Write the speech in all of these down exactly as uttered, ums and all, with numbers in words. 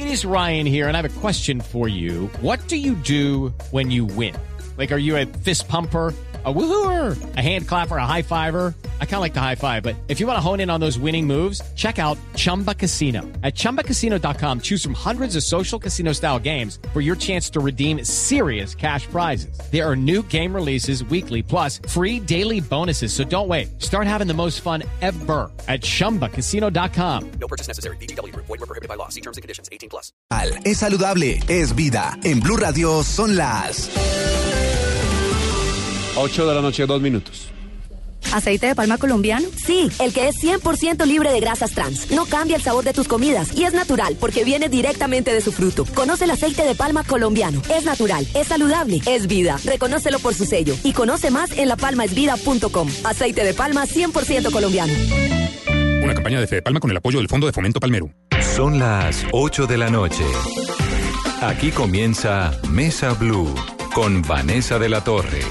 It is Ryan here, and I have a question for you. What do you do when you win? Like, are you a fist pumper, a woohooer, a hand clapper, a high fiver? I kind of like the high five, but if you want to hone in on those winning moves, check out Chumba Casino. At chumba casino dot com, choose from hundreds of social casino style games for your chance to redeem serious cash prizes. There are new game releases weekly, plus free daily bonuses. So don't wait. Start having the most fun ever at chumba casino dot com. No purchase necessary. V G W Group. Void where prohibited by law. See terms and conditions. eighteen plus. Es saludable, es vida. En Blue Radio son las ocho de la noche, dos minutos. ¿Aceite de palma colombiano? Sí, el que es cien por ciento libre de grasas trans. No cambia el sabor de tus comidas y es natural porque viene directamente de su fruto. Conoce el aceite de palma colombiano. Es natural, es saludable, es vida. Reconócelo por su sello y conoce más en la palma es vida punto com. Aceite de palma cien por ciento colombiano. Una campaña de Fede Palma con el apoyo del Fondo de Fomento Palmero. Son las ocho de la noche. Aquí comienza Mesa Blue con Vanessa de la Torre.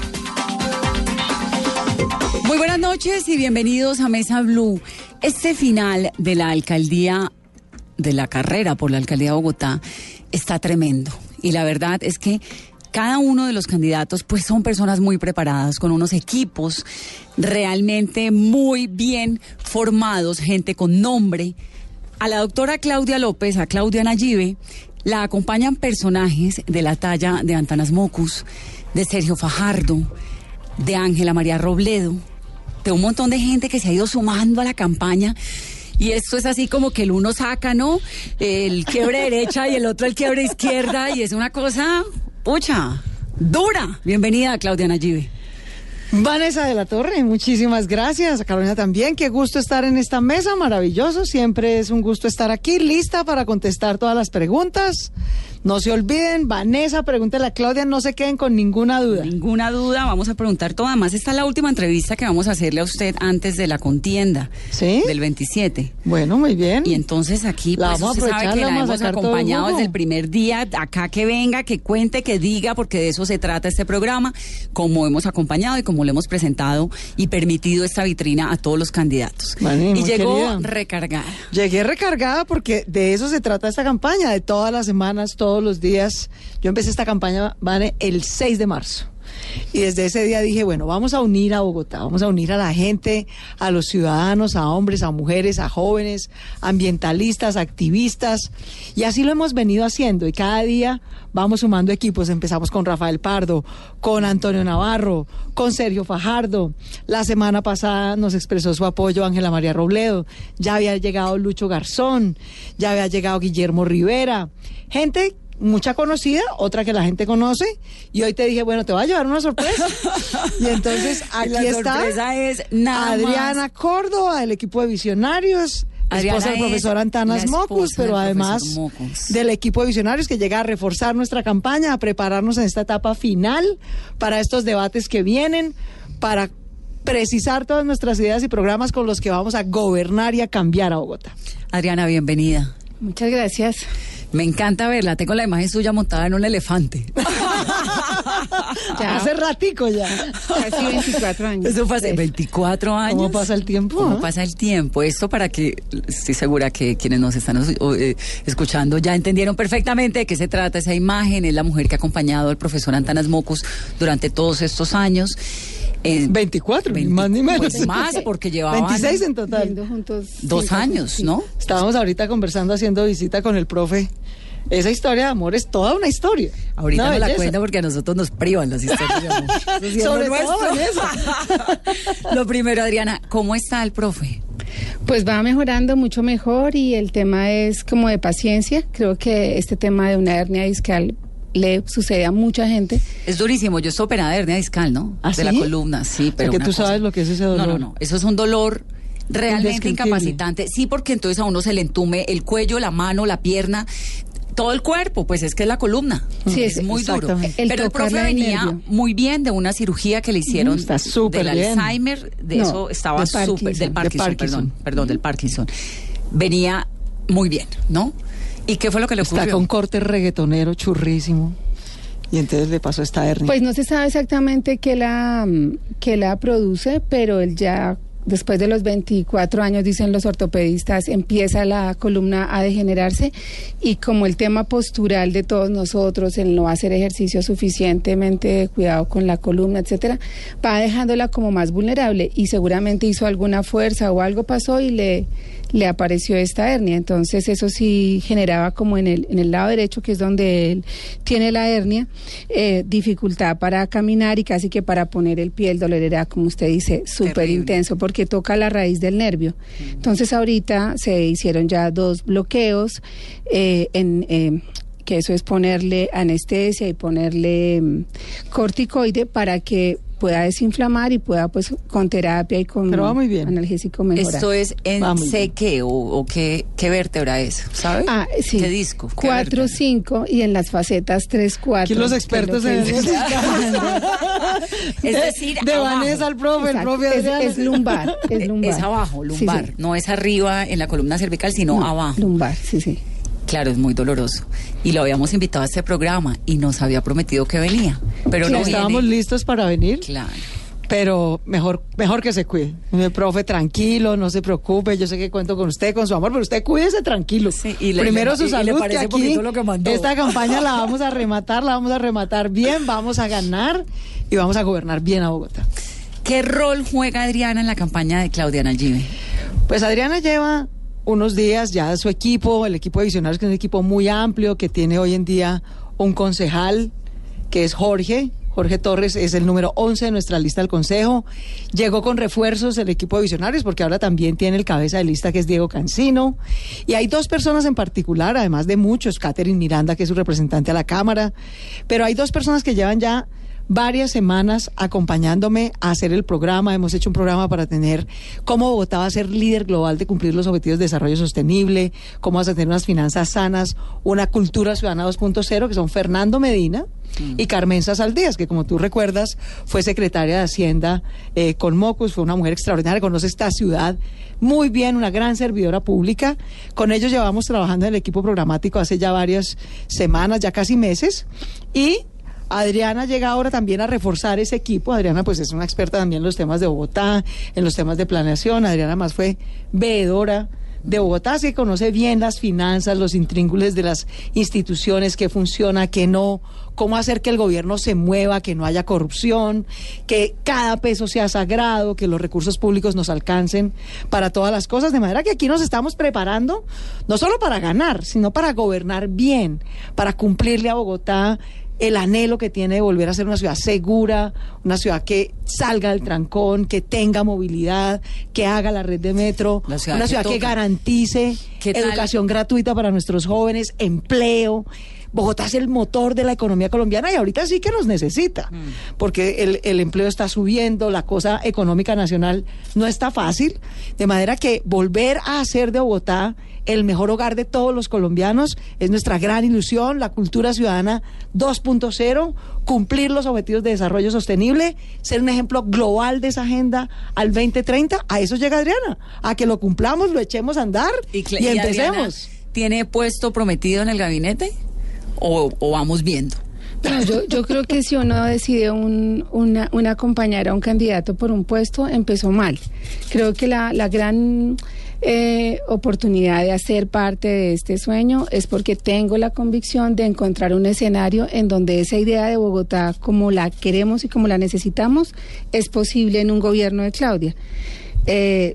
Muy buenas noches y bienvenidos a Mesa Blue. Este final de la alcaldía, de la carrera por la alcaldía de Bogotá, está tremendo. Y la verdad es que cada uno de los candidatos pues son personas muy preparadas, con unos equipos realmente muy bien formados, gente con nombre. A la doctora Claudia López, a Claudia Nayibe, la acompañan personajes de la talla de Antanas Mockus, de Sergio Fajardo, de Ángela María Robledo, de un montón de gente que se ha ido sumando a la campaña. Y esto es así como que el uno saca, ¿no?, el quiebre derecha y el otro el quiebre izquierda, y es una cosa, pucha, dura. Bienvenida, Claudia Nayibe. Vanessa de la Torre, muchísimas gracias. A Carolina también, qué gusto estar en esta mesa, maravilloso. Siempre es un gusto estar aquí, lista para contestar todas las preguntas. No se olviden, Vanessa, pregúntele a Claudia, no se queden con ninguna duda. Ninguna duda, vamos a preguntar todo. Además, esta es la última entrevista que vamos a hacerle a usted antes de la contienda. ¿Sí? Del veintisiete. Bueno, muy bien. Y entonces aquí, la pues, vamos usted a sabe que la vamos hemos a acompañado desde el primer día. Acá que venga, que cuente, que diga, porque de eso se trata este programa, como hemos acompañado y como le hemos presentado y permitido esta vitrina a todos los candidatos. Maní, y llegó querida. recargada. Llegué recargada porque de eso se trata esta campaña, de todas las semanas, todos los días. Yo empecé esta campaña, Vane, el seis de marzo. Y desde ese día dije, bueno, vamos a unir a Bogotá, vamos a unir a la gente, a los ciudadanos, a hombres, a mujeres, a jóvenes, ambientalistas, activistas. Y así lo hemos venido haciendo. Y cada día vamos sumando equipos. Empezamos con Rafael Pardo, con Antonio Navarro, con Sergio Fajardo. La semana pasada nos expresó su apoyo Ángela María Robledo. Ya había llegado Lucho Garzón, ya había llegado Guillermo Rivera. Gente mucha conocida, otra que la gente conoce, y hoy te dije, bueno, te voy a llevar una sorpresa. Y entonces aquí la está sorpresa es nada Adriana más. Córdoba, del equipo de Visionarios, Adriana esposa del profesor Antanas Mockus, pero además Mockus. del equipo de Visionarios, que llega a reforzar nuestra campaña, a prepararnos en esta etapa final para estos debates que vienen, para precisar todas nuestras ideas y programas con los que vamos a gobernar y a cambiar a Bogotá. Adriana, bienvenida. Muchas gracias. Me encanta verla, tengo la imagen suya montada en un elefante. Ya. Hace ratico ya. Casi veinticuatro años. Eso fue hace veinticuatro años. ¿Cómo pasa el tiempo? ¿Cómo ¿eh? pasa el tiempo? Esto para que, estoy segura que quienes nos están eh, escuchando ya entendieron perfectamente de qué se trata esa imagen. Es la mujer que ha acompañado al profesor Antanas Mockus durante todos estos años. Eh, veinticuatro, veinte, más ni menos. Pues más, porque llevaban veintiséis en total. Juntos, dos sí, años, sí. ¿no? Estábamos ahorita conversando, haciendo visita con el profe. Esa historia de amor es toda una historia. Ahorita no me la cuenta porque a nosotros nos privan las historias de amor. Sobre todo en eso. Lo primero, Adriana, ¿cómo está el profe? Pues va mejorando mucho mejor, y el tema es como de paciencia. Creo que este tema de una hernia discal le sucede a mucha gente. Es durísimo. Yo estoy operada de hernia discal, ¿no? ¿Ah, de sí? la columna, sí. Pero porque tú cosa... sabes lo que es ese dolor. No, no, no. Eso es un dolor realmente incapacitante. Sí, porque entonces a uno se le entume el cuello, la mano, la pierna, todo el cuerpo, pues es que es la columna. Sí, es, es muy duro. El Pero el profe venía nervio. muy bien de una cirugía que le hicieron mm, está súper del bien. Alzheimer, de no, eso estaba súper, del Parkinson, Parkinson. perdón, perdón, del Parkinson. Venía muy bien, ¿no? ¿Y qué fue lo que le ocurrió? Está con corte reggaetonero churrísimo. Y entonces le pasó esta hernia. Pues no se sabe exactamente qué la, qué la produce, pero él ya después de los veinticuatro años, dicen los ortopedistas, empieza la columna a degenerarse, y como el tema postural de todos nosotros, el no hacer ejercicio suficientemente cuidado con la columna, etcétera, va dejándola como más vulnerable, y seguramente hizo alguna fuerza o algo pasó y le, le apareció esta hernia. Entonces eso sí generaba como en el, en el lado derecho, que es donde él tiene la hernia, eh, dificultad para caminar y casi que para poner el pie. El dolor era, como usted dice, súper intenso, porque toca la raíz del nervio. Mm. Entonces ahorita se hicieron ya dos bloqueos, eh, en... Eh, que eso es ponerle anestesia y ponerle um, corticoide para que pueda desinflamar y pueda, pues, con terapia y con Pero va muy bien. analgésico mejorar. ¿Esto es en C qué o, o qué, qué vértebra es? ¿Sabe? Ah, sí. ¿Qué disco? cuatro, cinco y en las facetas tres, cuatro. Aquí los expertos en es, es decir, de abajo. Vanessa al profe, Exacto, el profe es, es lumbar, es lumbar. Es abajo, lumbar. Sí, sí. No es arriba en la columna cervical, sino no, abajo. Lumbar, sí, sí. Claro, es muy doloroso. Y lo habíamos invitado a este programa y nos había prometido que venía. Pero sí, no estábamos viene. listos para venir. Claro. Pero mejor, mejor que se cuide. Mi profe, tranquilo, no se preocupe. Yo sé que cuento con usted, con su amor, pero usted cuídese tranquilo. Sí, y le, Primero le, su y, salud, y le parece que aquí poquito lo que mandó. Esta campaña la vamos a rematar, la vamos a rematar bien, vamos a ganar y vamos a gobernar bien a Bogotá. ¿Qué rol juega Adriana en la campaña de Claudia Nayibe? Pues Adriana lleva unos días ya de su equipo, el equipo de Visionarios, que es un equipo muy amplio, que tiene hoy en día un concejal, que es Jorge. Jorge Torres es el número once de nuestra lista del Consejo. Llegó con refuerzos el equipo de Visionarios, porque ahora también tiene el cabeza de lista, que es Diego Cancino. Y hay dos personas en particular, además de muchos, Catherine Miranda, que es su representante a la Cámara. Pero hay dos personas que llevan ya varias semanas acompañándome a hacer el programa. Hemos hecho un programa para tener cómo Bogotá va a ser líder global de cumplir los objetivos de desarrollo sostenible, cómo vas a tener unas finanzas sanas, una cultura ciudadana dos punto cero, que son Fernando Medina y Carmenza Saldías, que como tú recuerdas fue secretaria de Hacienda eh, con Mocus, fue una mujer extraordinaria, conoce esta ciudad muy bien, una gran servidora pública. Con ellos llevamos trabajando en el equipo programático hace ya varias semanas, ya casi meses, y Adriana llega ahora también a reforzar ese equipo. Adriana pues es una experta también en los temas de Bogotá, en los temas de planeación. Adriana más fue veedora de Bogotá, así que conoce bien las finanzas, los intríngulis de las instituciones, qué funciona, qué no, cómo hacer que el gobierno se mueva, que no haya corrupción, que cada peso sea sagrado, que los recursos públicos nos alcancen para todas las cosas, de manera que aquí nos estamos preparando no solo para ganar, sino para gobernar bien, para cumplirle a Bogotá el anhelo que tiene de volver a ser una ciudad segura, una ciudad que salga del trancón, que tenga movilidad, que haga la red de metro, La ciudad una que ciudad que toca. garantice ¿Qué tal? educación gratuita para nuestros jóvenes, empleo. Bogotá es el motor de la economía colombiana y ahorita sí que nos necesita, mm. porque el, el empleo está subiendo, la cosa económica nacional no está fácil, de manera que volver a hacer de Bogotá el mejor hogar de todos los colombianos es nuestra gran ilusión. La cultura ciudadana dos punto cero, cumplir los objetivos de desarrollo sostenible, ser un ejemplo global de esa agenda al veinte treinta, a eso llega Adriana, a que lo cumplamos, lo echemos a andar y, cl- y y empecemos. Adriana, ¿tiene puesto prometido en el gabinete o, o vamos viendo? No, yo, yo creo que si uno decide un, una, una acompañar a un candidato por un puesto, empezó mal. Creo que la, la gran eh, oportunidad de hacer parte de este sueño es porque tengo la convicción de encontrar un escenario en donde esa idea de Bogotá, como la queremos y como la necesitamos, es posible en un gobierno de Claudia. Eh,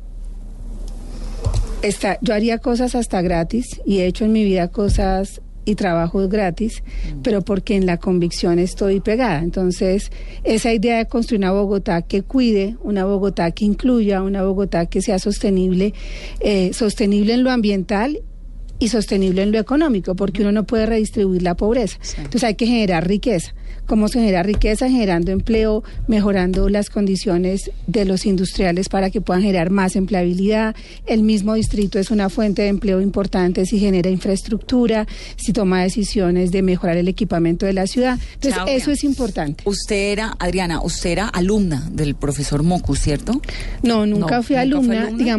está, yo haría cosas hasta gratis y he hecho en mi vida cosas y trabajos gratis, mm. pero porque en la convicción estoy pegada. Entonces, esa idea de construir una Bogotá que cuide, una Bogotá que incluya, una Bogotá que sea sostenible, eh, sostenible en lo ambiental y sostenible en lo económico, porque uno no puede redistribuir la pobreza. Sí. Entonces hay que generar riqueza. ¿Cómo se genera riqueza? Generando empleo, mejorando las condiciones de los industriales para que puedan generar más empleabilidad. El mismo distrito es una fuente de empleo importante si genera infraestructura, si toma decisiones de mejorar el equipamiento de la ciudad. Entonces, Claudia, eso es importante. Usted era, Adriana, usted era alumna del profesor Mocus, ¿cierto? No, nunca no, fui ¿nunca alumna. fue alumna? Digamos,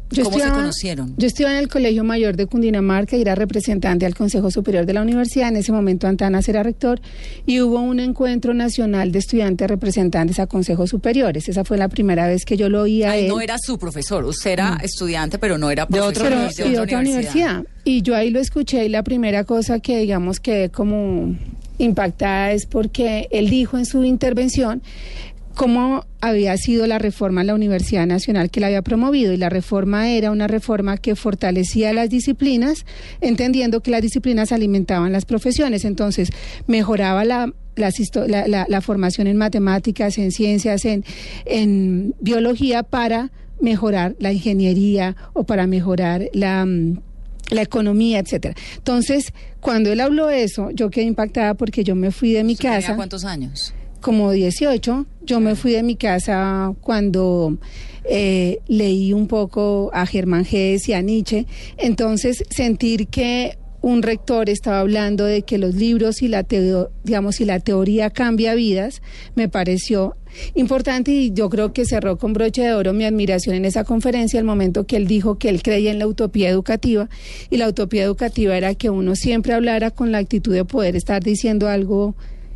Yo ¿Cómo estudiaba, se conocieron? Yo estudiaba en el Colegio Mayor de Cundinamarca y era representante al Consejo Superior de la Universidad. En ese momento Antanas era rector y hubo un encuentro nacional de estudiantes representantes a consejos superiores. Esa fue la primera vez que yo lo oía a Ay, él. no era su profesor, usted era Mm. estudiante, pero no era de profesor. otra, de y de otra universidad. Y yo ahí lo escuché y la primera cosa que digamos quedé como impactada es porque él dijo en su intervención cómo había sido la reforma en la Universidad Nacional que la había promovido, y la reforma era una reforma que fortalecía las disciplinas, entendiendo que las disciplinas alimentaban las profesiones, entonces mejoraba la Las la, la, la formación en matemáticas, en ciencias, en, en biología, para mejorar la ingeniería o para mejorar la, la economía, etcétera. Entonces, cuando él habló eso, yo quedé impactada porque yo me fui de mi ¿Usted casa. tenía cuántos años? Como dieciocho. Yo me fui de mi casa cuando eh, leí un poco a Germán Hesse y a Nietzsche. Entonces, sentir que un rector estaba hablando de que los libros y la teo, digamos, y la teoría cambia vidas, me pareció importante, y yo creo que cerró con broche de oro mi admiración en esa conferencia el momento que él dijo que él creía en la utopía educativa, y la utopía educativa era que uno siempre hablara con la actitud de poder estar diciendo algo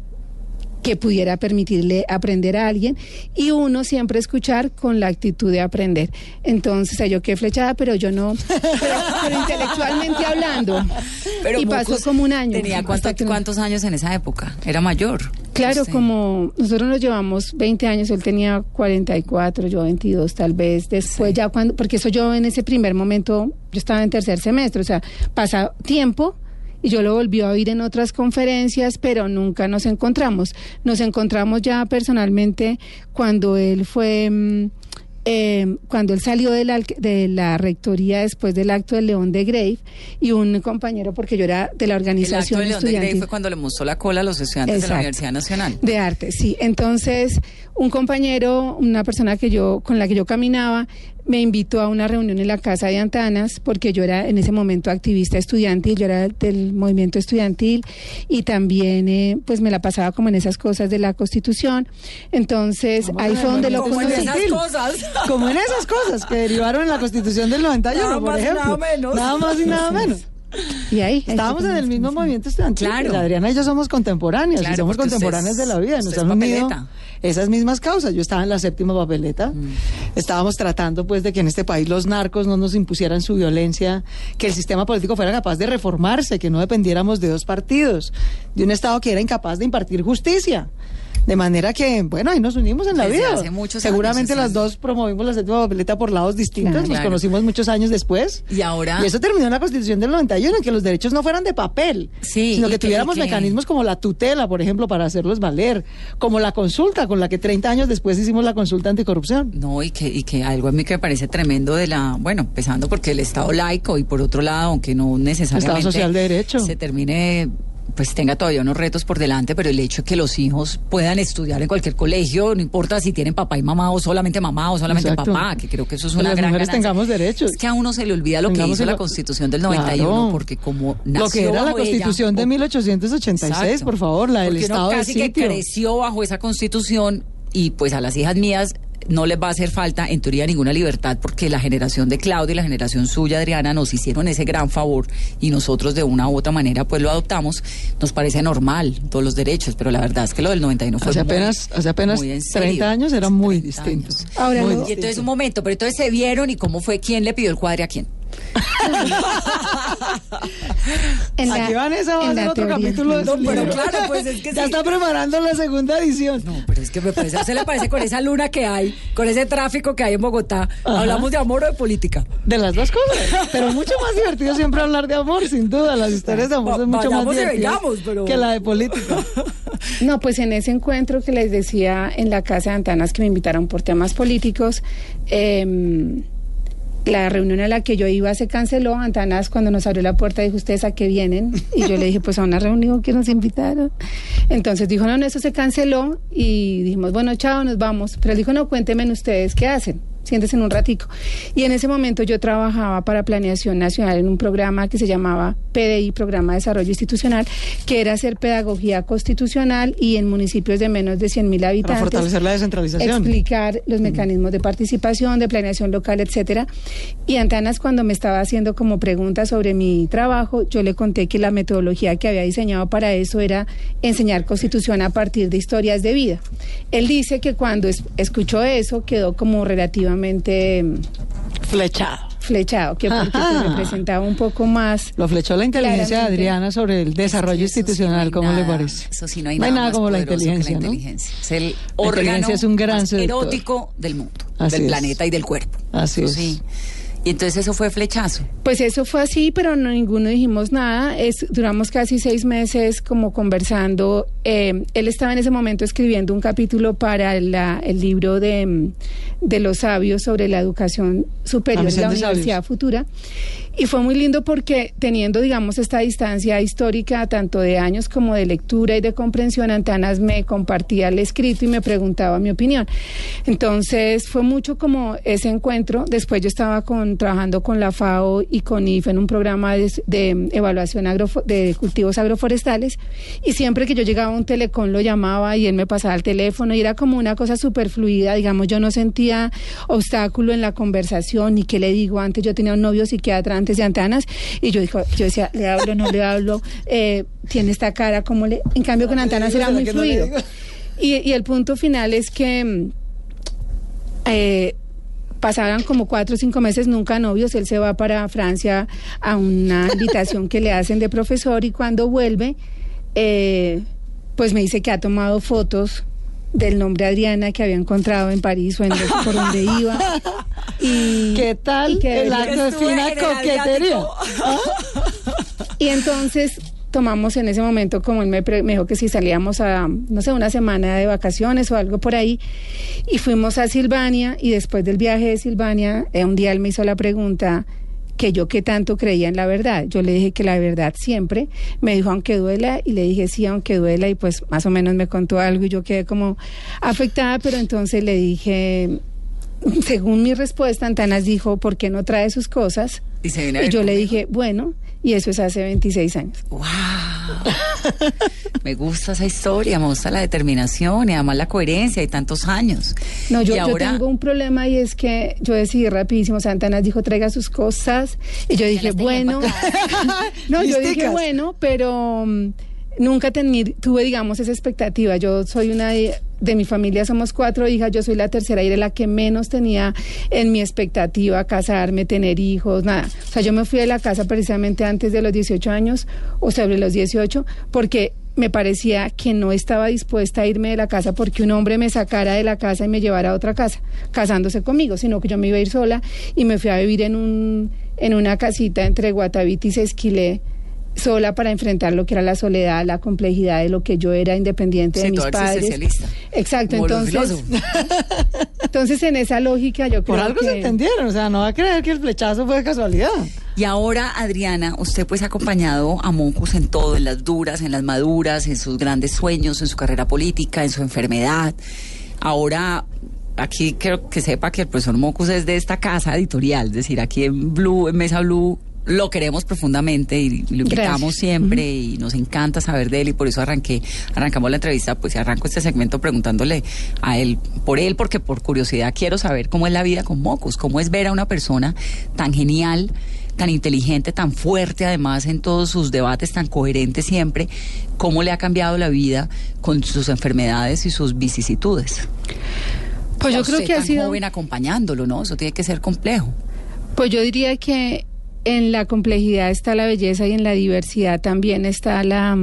que pudiera permitirle aprender a alguien, y uno siempre escuchar con la actitud de aprender. Entonces, yo quedé flechada, pero yo no, pero, pero intelectualmente hablando. Pero y pasó como un año. ¿Tenía cuánto, que... cuántos años en esa época? ¿Era mayor? Claro, usted. Como nosotros nos llevamos veinte años, él tenía cuarenta y cuatro, yo veintidós tal vez, después sí. Ya cuando, porque eso yo en ese primer momento, yo estaba en tercer semestre, o sea, pasa tiempo, y yo lo volví a oír en otras conferencias, pero nunca nos encontramos. Nos encontramos ya personalmente cuando él fue, eh, cuando él salió de la, de la rectoría después del acto de León de Grave, y un compañero, porque yo era de la organización estudiantil. El acto de León de Grave fue cuando le mostró la cola a los estudiantes Exacto. de la Universidad Nacional. De arte, sí. Entonces, un compañero, una persona que yo, con la que yo caminaba, me invitó a una reunión en la casa de Antanas, porque yo era en ese momento activista estudiantil, yo era del movimiento estudiantil, y también eh, pues me la pasaba como en esas cosas de la Constitución. Entonces Vamos ahí fue donde lo como conocí. En esas cosas. Como en esas cosas que derivaron en la Constitución del noventa y uno, nada por ejemplo. Nada menos. Nada más y nada menos. Y ahí estábamos en el mismo movimiento estudiantil. Claro. Adriana y yo somos contemporáneas, claro, y somos contemporáneas de la vida. Nos han unido esas mismas causas. Yo estaba en la séptima papeleta. Mm. Estábamos tratando, pues, de que en este país los narcos no nos impusieran su violencia, que el sistema político fuera capaz de reformarse, que no dependiéramos de dos partidos, de un Estado que era incapaz de impartir justicia. De manera que, bueno, ahí nos unimos en la Desde vida. Hace muchos Seguramente años, las dos promovimos la séptima papeleta por lados distintos, claro, nos claro. conocimos muchos años después. Y ahora... Y eso terminó en la Constitución del noventa y uno, en que los derechos no fueran de papel, sí, sino que, que tuviéramos que... mecanismos como la tutela, por ejemplo, para hacerlos valer, como la consulta, con la que treinta años después hicimos la consulta anticorrupción. No, y que, y que algo a mí que me parece tremendo de la... Bueno, empezando porque el Estado laico, y por otro lado, aunque no necesariamente... Estado social de derecho. Se termine... pues tenga todavía unos retos por delante, pero el hecho de que los hijos puedan estudiar en cualquier colegio, no importa si tienen papá y mamá, o solamente mamá, o solamente Exacto. papá, que creo que eso es una las gran mujeres ganancia. Tengamos derechos. Es que a uno se le olvida lo tengamos que hizo la Constitución del noventa y uno, claro. porque como nació lo que era la Constitución ella, de mil ochocientos ochenta y seis, Exacto. por favor, la del Estado de sitio. Casi que creció bajo esa Constitución, y pues a las hijas mías no les va a hacer falta, en teoría, ninguna libertad, porque la generación de Claudia y la generación suya, Adriana, nos hicieron ese gran favor, y nosotros de una u otra manera pues lo adoptamos. Nos parece normal todos los derechos, pero la verdad es que lo del noventa y uno fue hace apenas, muy, hace apenas treinta años era muy distinto. Ahora, muy no, y entonces un momento, pero entonces se vieron, y cómo fue, quién le pidió el cuadre a quién. La, aquí Vanessa va a hacer otro teoría. capítulo de no, su pero libro. claro, pues es que ya sí. está preparando la segunda edición. No, pero es que me parece, se le parece con esa luna que hay, con ese tráfico que hay en Bogotá. Ajá. ¿Hablamos de amor o de política? De las dos cosas, pero mucho más divertido siempre hablar de amor, sin duda. Las historias de amor son mucho más divertidas vengamos, pero... que la de política. No, pues en ese encuentro que les decía en la casa de Antanas, que me invitaron por temas políticos, eh, la reunión a la que yo iba se canceló. Antanas, cuando nos abrió la puerta, dijo: ¿ustedes a qué vienen? Y yo le dije: pues a una reunión que nos invitaron. Entonces dijo: no, no, eso se canceló, y dijimos: bueno, chao, nos vamos. Pero él dijo: no, cuéntenme ustedes qué hacen. siéntese en un ratico. Y en ese momento yo trabajaba para Planeación Nacional en un programa que se llamaba P D I, Programa de Desarrollo Institucional, que era hacer pedagogía constitucional y en municipios de menos de cien mil habitantes. Para fortalecer la descentralización. Explicar los mecanismos de participación, de planeación local, etcétera. Y Antanas, cuando me estaba haciendo como preguntas sobre mi trabajo, yo le conté que la metodología que había diseñado para eso era enseñar constitución a partir de historias de vida. Él dice que cuando es, escuchó eso quedó como relativamente flechado. Flechado, que porque pues, representaba un poco más. Lo flechó la inteligencia de Adriana sobre el desarrollo sí, institucional, sí no ¿cómo nada, le parece? Eso sí, no hay no nada, hay nada más como la inteligencia, inteligencia, la ¿no? inteligencia. Es el la órgano es un gran más erótico del mundo, Así del es. planeta y del cuerpo. Así eso es. Sí. Y entonces eso fue flechazo. Pues eso fue así, pero no, ninguno dijimos nada. Es, duramos casi seis meses como conversando. Eh, él estaba en ese momento escribiendo un capítulo para la, el libro de, de los sabios sobre la educación superior de la Universidad sabios. Futura. Y fue muy lindo porque teniendo, digamos, esta distancia histórica, tanto de años como de lectura y de comprensión, Antanas me compartía el escrito y me preguntaba mi opinión. Entonces fue mucho como ese encuentro. Después yo estaba con, trabajando con la F A O y con I F E en un programa de, de evaluación agrofo, de cultivos agroforestales, y siempre que yo llegaba a un telecom lo llamaba y él me pasaba el teléfono y era como una cosa súper fluida. Digamos, yo no sentía obstáculo en la conversación, ni qué le digo. Antes yo tenía un novio psiquiatra antes de Antanas y yo dijo, yo decía, le hablo, no le hablo, eh, tiene esta cara, como le... En cambio con Antanas era muy fluido. Y, y el punto final es que eh, pasaban como cuatro o cinco meses, nunca novios. Él se va para Francia a una invitación que le hacen de profesor y cuando vuelve, eh, pues me dice que ha tomado fotos del nombre Adriana que había encontrado en París o en por donde iba. Y, ¿qué tal? Y que el acto de fina coquetería. Y entonces tomamos en ese momento, como él me, pre, me dijo que si salíamos a, no sé, una semana de vacaciones o algo por ahí, y fuimos a Silvania, y después del viaje de Silvania, eh, un día él me hizo la pregunta que yo qué tanto creía en la verdad. Yo le dije que la verdad siempre. Me dijo, aunque duela, y le dije, sí, aunque duela, y pues más o menos me contó algo y yo quedé como afectada, pero entonces le dije, según mi respuesta, Antanas dijo, ¿por qué no trae sus cosas? Y, se viene a y ver yo conmigo. le dije, bueno, y eso es hace veintiséis años. ¡Wow! Me gusta esa historia, me gusta la determinación y además la coherencia y tantos años. No, yo, y ahora... yo tengo un problema y es que yo decidí rapidísimo. Antanas dijo, traiga sus cosas. Y yo dije, bueno. No, yo dije, bueno, pero um, nunca tení, tuve, digamos, esa expectativa. Yo soy una de, de mi familia, somos cuatro hijas, yo soy la tercera y era la que menos tenía en mi expectativa casarme, tener hijos, nada. O sea, yo me fui de la casa precisamente antes de los dieciocho años o sobre los dieciocho porque me parecía que no estaba dispuesta a irme de la casa porque un hombre me sacara de la casa y me llevara a otra casa, casándose conmigo, sino que yo me iba a ir sola y me fui a vivir en un en una casita entre Guatavita y Sesquilé, sola para enfrentar lo que era la soledad, la complejidad de lo que yo era independiente sí, de mis padres. Exacto, como entonces entonces en esa lógica yo creo por algo que... se entendieron, o sea, no va a creer que el flechazo fue de casualidad. Y ahora, Adriana, usted pues ha acompañado a Mocus en todo, en las duras, en las maduras, en sus grandes sueños, en su carrera política, en su enfermedad. Ahora, aquí quiero que sepa que el profesor Mocus es de esta casa editorial, es decir, aquí en Blue, en Mesa Blue, lo queremos profundamente y lo invitamos Gracias. siempre uh-huh. y nos encanta saber de él y por eso arranqué, arrancamos la entrevista, pues arranco este segmento preguntándole a él, por él, porque por curiosidad quiero saber cómo es la vida con Mocus, cómo es ver a una persona tan genial, tan inteligente, tan fuerte además en todos sus debates, tan coherente siempre, cómo le ha cambiado la vida con sus enfermedades y sus vicisitudes. Pues yo creo que ha sido joven acompañándolo, ¿no? Eso tiene que ser complejo. Pues yo diría que en la complejidad está la belleza y en la diversidad también está la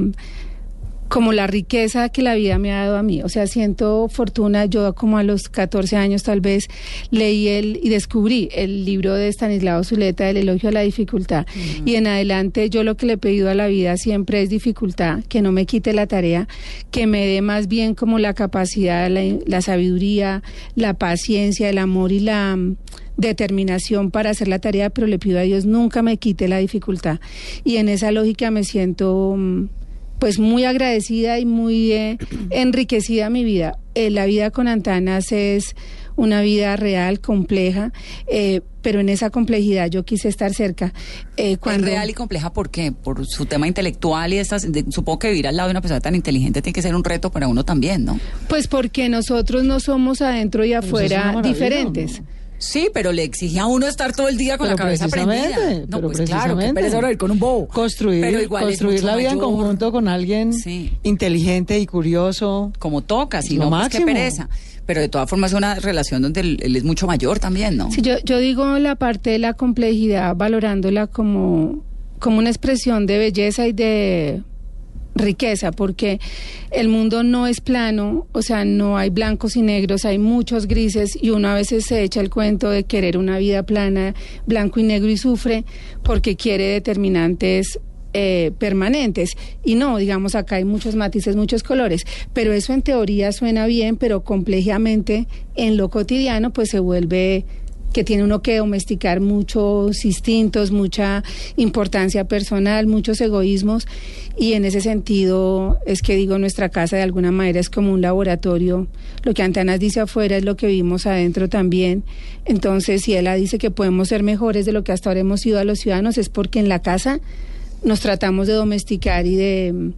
como la riqueza que la vida me ha dado a mí. O sea, siento fortuna. Yo como a los catorce años tal vez leí el y descubrí el libro de Stanislao Zuleta, El elogio a la dificultad. Uh-huh. Y en adelante yo lo que le he pedido a la vida siempre es dificultad, que no me quite la tarea, que me dé más bien como la capacidad, la, la sabiduría, la paciencia, el amor y la determinación para hacer la tarea, pero le pido a Dios nunca me quite la dificultad. Y en esa lógica me siento pues muy agradecida y muy eh, enriquecida mi vida. Eh, la vida con Antanas es una vida real, compleja, eh, pero en esa complejidad yo quise estar cerca. Eh, cuando... ¿Es real y compleja por qué? Por su tema intelectual y estas, de, supongo que vivir al lado de una persona tan inteligente tiene que ser un reto para uno también, ¿no? Pues porque nosotros no somos adentro y afuera diferentes. ¿no? Sí, pero le exige a uno estar todo el día con pero la cabeza prendida. No, pero pues claro, que pereza ahora ir con un bobo. Construir, pero igual construir la vida mayor. En conjunto con alguien sí. inteligente y curioso. Como toca, si no, pues qué pereza. Pero de todas formas es una relación donde él, él es mucho mayor también, ¿no? Sí, yo, yo digo la parte de la complejidad valorándola como, como una expresión de belleza y de riqueza, porque el mundo no es plano, o sea, no hay blancos y negros, hay muchos grises y uno a veces se echa el cuento de querer una vida plana, blanco y negro y sufre porque quiere determinantes eh, permanentes y no, digamos, acá hay muchos matices, muchos colores, pero eso en teoría suena bien, pero complejamente en lo cotidiano pues se vuelve que tiene uno que domesticar muchos instintos, mucha importancia personal, muchos egoísmos, y en ese sentido es que digo, nuestra casa de alguna manera es como un laboratorio. Lo que Antanas dice afuera es lo que vivimos adentro también. Entonces, si ella dice que podemos ser mejores de lo que hasta ahora hemos sido a los ciudadanos, es porque en la casa nos tratamos de domesticar y de...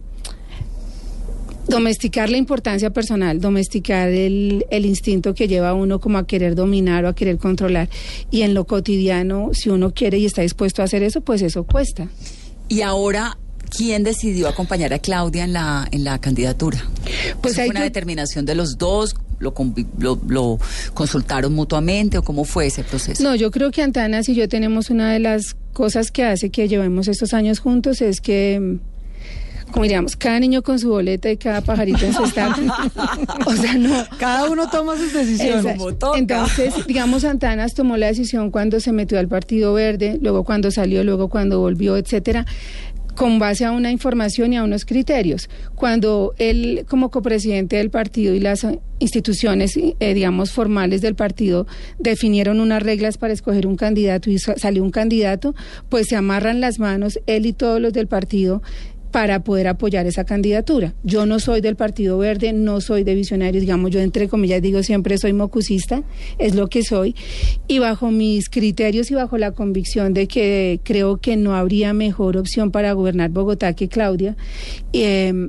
domesticar la importancia personal, domesticar el, el instinto que lleva a uno como a querer dominar o a querer controlar. Y en lo cotidiano, si uno quiere y está dispuesto a hacer eso, pues eso cuesta. Y ahora, ¿quién decidió acompañar a Claudia en la en la candidatura? Pues ¿fue una yo... determinación de los dos? Lo, lo, ¿Lo consultaron mutuamente o cómo fue ese proceso? No, yo creo que Antanas y yo tenemos una de las cosas que hace que llevemos estos años juntos es que... como diríamos, cada niño con su boleta y cada pajarito en su estante. O sea, no. Cada uno toma sus decisiones. Como toca. Entonces, digamos, Antanas tomó la decisión cuando se metió al Partido Verde, luego cuando salió, luego cuando volvió, etcétera, con base a una información y a unos criterios. Cuando él, como copresidente del partido y las instituciones, eh, digamos, formales del partido, definieron unas reglas para escoger un candidato y salió un candidato, pues se amarran las manos, él y todos los del partido, para poder apoyar esa candidatura. Yo no soy del Partido Verde, no soy de Visionarios, digamos, yo entre comillas digo siempre soy mocucista, es lo que soy, y bajo mis criterios y bajo la convicción de que creo que no habría mejor opción para gobernar Bogotá que Claudia, eh,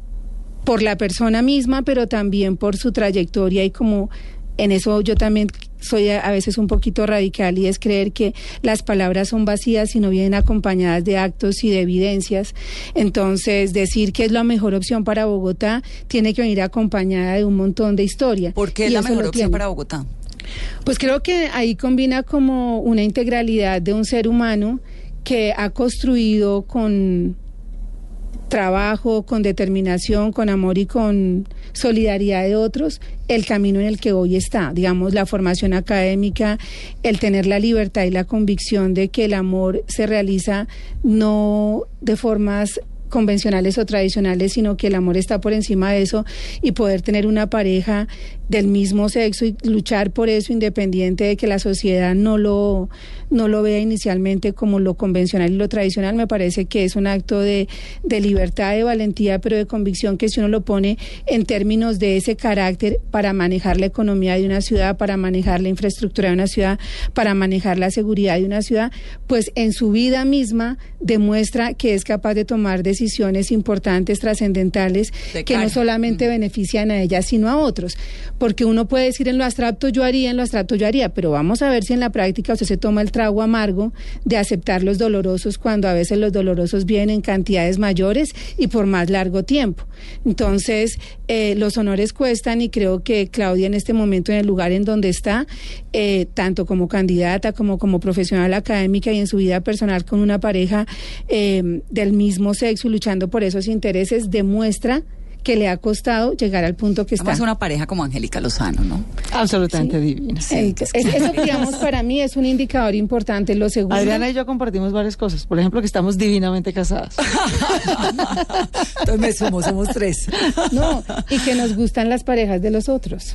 por la persona misma, pero también por su trayectoria y como en eso yo también soy a veces un poquito radical y es creer que las palabras son vacías y no vienen acompañadas de actos y de evidencias. Entonces, decir que es la mejor opción para Bogotá tiene que venir acompañada de un montón de historia. ¿Por qué es la mejor opción para Bogotá? Pues creo que ahí combina como una integralidad de un ser humano que ha construido con trabajo, con determinación, con amor y con solidaridad de otros, el camino en el que hoy está, digamos, la formación académica, el tener la libertad y la convicción de que el amor se realiza no de formas convencionales o tradicionales, sino que el amor está por encima de eso y poder tener una pareja del mismo sexo y luchar por eso independiente de que la sociedad no lo no lo vea inicialmente como lo convencional y lo tradicional, me parece que es un acto de, de libertad, de valentía, pero de convicción que si uno lo pone en términos de ese carácter para manejar la economía de una ciudad, para manejar la infraestructura de una ciudad, para manejar la seguridad de una ciudad, pues en su vida misma demuestra que es capaz de tomar decisiones importantes, trascendentales, que no solamente mm. benefician a ella, sino a otros. Porque uno puede decir en lo abstracto yo haría, en lo abstracto yo haría, pero vamos a ver si en la práctica usted se toma el trago amargo de aceptar los dolorosos cuando a veces los dolorosos vienen en cantidades mayores y por más largo tiempo. Entonces, eh, los honores cuestan y creo que Claudia en este momento en el lugar en donde está, eh, tanto como candidata como como profesional académica y en su vida personal con una pareja eh, del mismo sexo luchando por esos intereses, demuestra que le ha costado llegar al punto que Además está. una pareja como Angélica Lozano, ¿no? Absolutamente sí. divina. Sí. Es, eso, digamos, para mí es un indicador importante. Lo segundo... Adriana y yo compartimos varias cosas. Por ejemplo, que estamos divinamente casadas. Entonces me sumo, somos tres. No, y que nos gustan las parejas de los otros.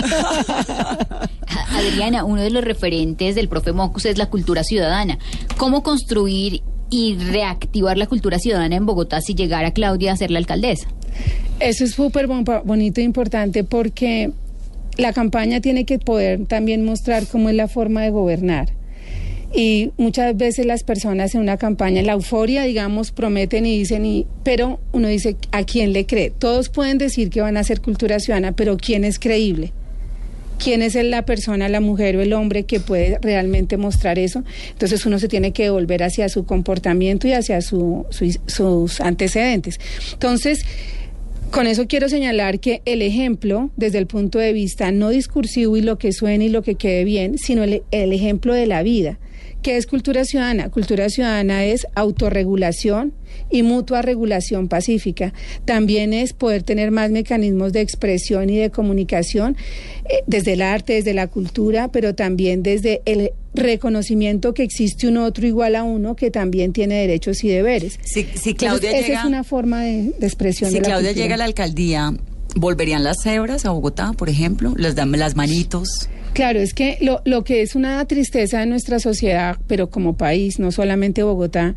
Adriana, uno de los referentes del profe Mocus es la cultura ciudadana. ¿Cómo construir y reactivar la cultura ciudadana en Bogotá si llegara Claudia a ser la alcaldesa? Eso es súper bon bonito e importante porque la campaña tiene que poder también mostrar cómo es la forma de gobernar. Y muchas veces las personas en una campaña, la euforia, digamos, prometen y dicen, y, pero uno dice, ¿a quién le cree? Todos pueden decir que van a hacer cultura ciudadana, pero ¿quién es creíble? ¿Quién es la persona, la mujer o el hombre que puede realmente mostrar eso? Entonces uno se tiene que devolver hacia su comportamiento y hacia su, su, sus antecedentes. Entonces, con eso quiero señalar que el ejemplo, desde el punto de vista no discursivo y lo que suene y lo que quede bien, sino el, el ejemplo de la vida. ¿Qué es cultura ciudadana? Cultura ciudadana es autorregulación y mutua regulación pacífica. También es poder tener más mecanismos de expresión y de comunicación eh, desde el arte, desde la cultura, pero también desde el reconocimiento que existe un otro igual a uno que también tiene derechos y deberes. Si, si Claudia Entonces, llega, esa es una forma de, de expresión si de la Claudia cultura. llega a la alcaldía, ¿volverían las cebras a Bogotá, por ejemplo? ¿Las, las manitos? Claro, es que lo, lo que es una tristeza de nuestra sociedad, pero como país, no solamente Bogotá,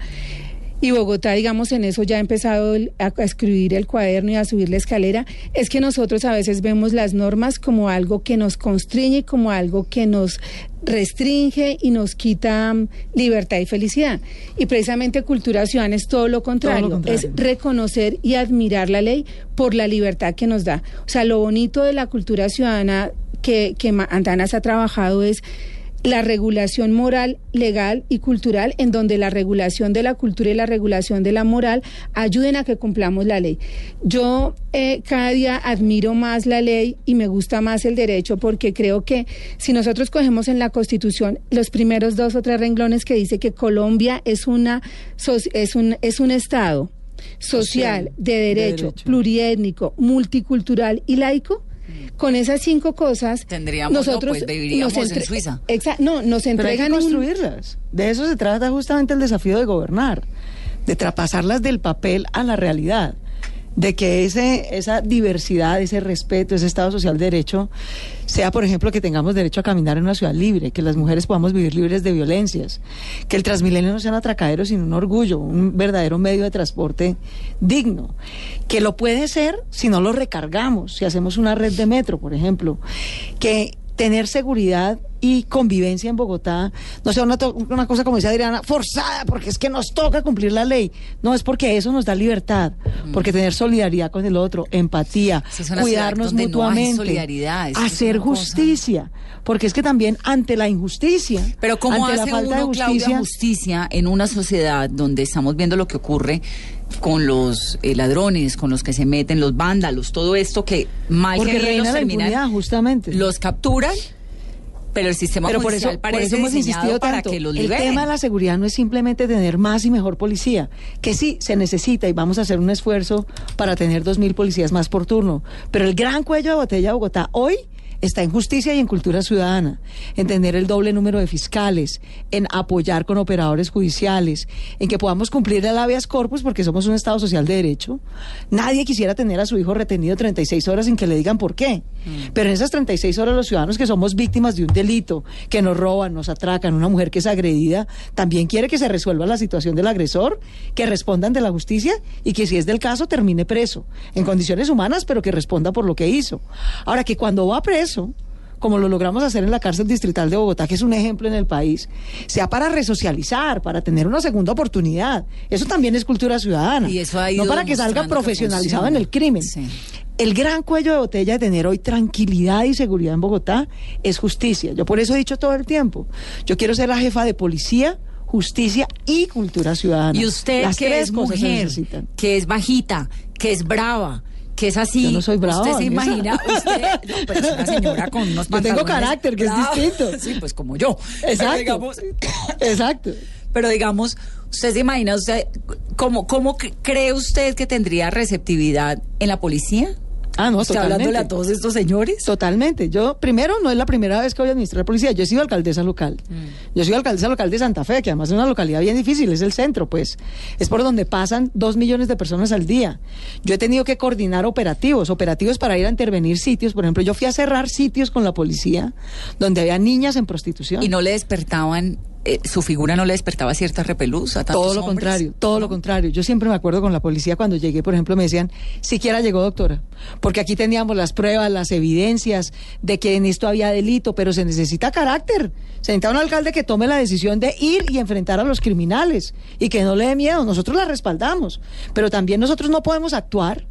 y Bogotá, digamos, en eso ya ha empezado el, a, a escribir el cuaderno y a subir la escalera, es que nosotros a veces vemos las normas como algo que nos constriñe, como algo que nos restringe y nos quita um, libertad y felicidad. Y precisamente cultura ciudadana es todo lo contrario, Todo lo contrario. es reconocer y admirar la ley por la libertad que nos da. O sea, lo bonito de la cultura ciudadana que, que Antanas ha trabajado es la regulación moral, legal y cultural, en donde la regulación de la cultura y la regulación de la moral ayuden a que cumplamos la ley. Yo eh, cada día admiro más la ley y me gusta más el derecho, porque creo que si nosotros cogemos en la Constitución los primeros dos o tres renglones que dice que Colombia es una es un es un estado social, Social, de derecho, de derecho. pluriétnico, multicultural y laico, con esas cinco cosas Tendríamos, nosotros no, pues viviríamos nos en entre- Suiza. Exa- no, nos Pero hay que entregan un- construirlas. De eso se trata justamente el desafío de gobernar, de traspasarlas del papel a la realidad, de que ese esa diversidad, ese respeto, ese Estado social de derecho, sea, por ejemplo, que tengamos derecho a caminar en una ciudad libre, que las mujeres podamos vivir libres de violencias, que el Transmilenio no sea un atracadero, sino un orgullo, un verdadero medio de transporte digno, que lo puede ser si no lo recargamos, si hacemos una red de metro, por ejemplo, que tener seguridad y convivencia en Bogotá no sea una, to- una cosa, como decía Adriana, forzada, porque es que nos toca cumplir la ley. No, es porque eso nos da libertad, porque tener solidaridad con el otro, empatía, Si es una cuidarnos ciudad donde no hay mutuamente, solidaridad, es que es hacer una cosa. justicia, porque es que también ante la injusticia, Pero ¿cómo ante la hace falta de uno, Claudia, justicia, justicia en una sociedad donde estamos viendo lo que ocurre con los eh, ladrones, con los que se meten, los vándalos, todo esto que mal porque que bien reina los la terminan, impunidad, justamente. los capturan, pero el sistema Pero por judicial eso, por parece eso hemos diseñado insistido para tanto. que los El liberen. tema de la seguridad no es simplemente tener más y mejor policía, que sí, se necesita y vamos a hacer un esfuerzo para tener dos mil policías más por turno. Pero el gran cuello de botella de Bogotá hoy está en justicia y en cultura ciudadana, en tener el doble número de fiscales, en apoyar con operadores judiciales, en que podamos cumplir el habeas corpus porque somos un Estado social de derecho. Nadie quisiera tener a su hijo retenido treinta y seis horas sin que le digan por qué. Pero en esas treinta y seis horas los ciudadanos que somos víctimas de un delito, que nos roban, nos atracan, una mujer que es agredida, también quiere que se resuelva la situación del agresor, que respondan de la justicia y que si es del caso termine preso, en condiciones humanas, pero que responda por lo que hizo. Ahora, que cuando va preso, como lo logramos hacer en la cárcel distrital de Bogotá, que es un ejemplo en el país, sea para resocializar, para tener una segunda oportunidad. Eso también es cultura ciudadana. Y eso ha ido no para que salga demostrando que profesionalizado en funciona. el crimen. Sí. El gran cuello de botella de tener hoy tranquilidad y seguridad en Bogotá es justicia. Yo por eso he dicho todo el tiempo, yo quiero ser la jefa de policía, justicia y cultura ciudadana. Y usted, Las que tres es cosas se mujer, necesitan. que es bajita, que es brava, que es así. Yo no soy brava, Usted se Vanessa. imagina, usted, no, pero es una señora con unos Yo tengo pantalones carácter, que es bravos. distinto. Sí, pues como yo. Exacto. Pero digamos, Exacto. pero digamos, usted se imagina, usted, ¿cómo, cómo cre- cree usted que tendría receptividad en la policía? Ah, no, ¿Está totalmente. hablándole a todos estos señores? Totalmente. Yo, primero, no es la primera vez que voy a administrar policía. Yo he sido alcaldesa local. Mm. Yo soy alcaldesa local de Santa Fe, que además es una localidad bien difícil, es el centro, pues. Es por donde pasan dos millones de personas al día. Yo he tenido que coordinar operativos, operativos para ir a intervenir sitios. Por ejemplo, yo fui a cerrar sitios con la policía donde había niñas en prostitución. Y no le despertaban eh, su figura no le despertaba cierta repelús a tantos Todo lo hombres? contrario, todo ¿No? lo contrario. Yo siempre me acuerdo con la policía cuando llegué, por ejemplo, me decían, siquiera llegó doctora, porque aquí teníamos las pruebas, las evidencias de que en esto había delito, pero se necesita carácter. Se necesita un alcalde que tome la decisión de ir y enfrentar a los criminales y que no le dé miedo. Nosotros la respaldamos, pero también nosotros no podemos actuar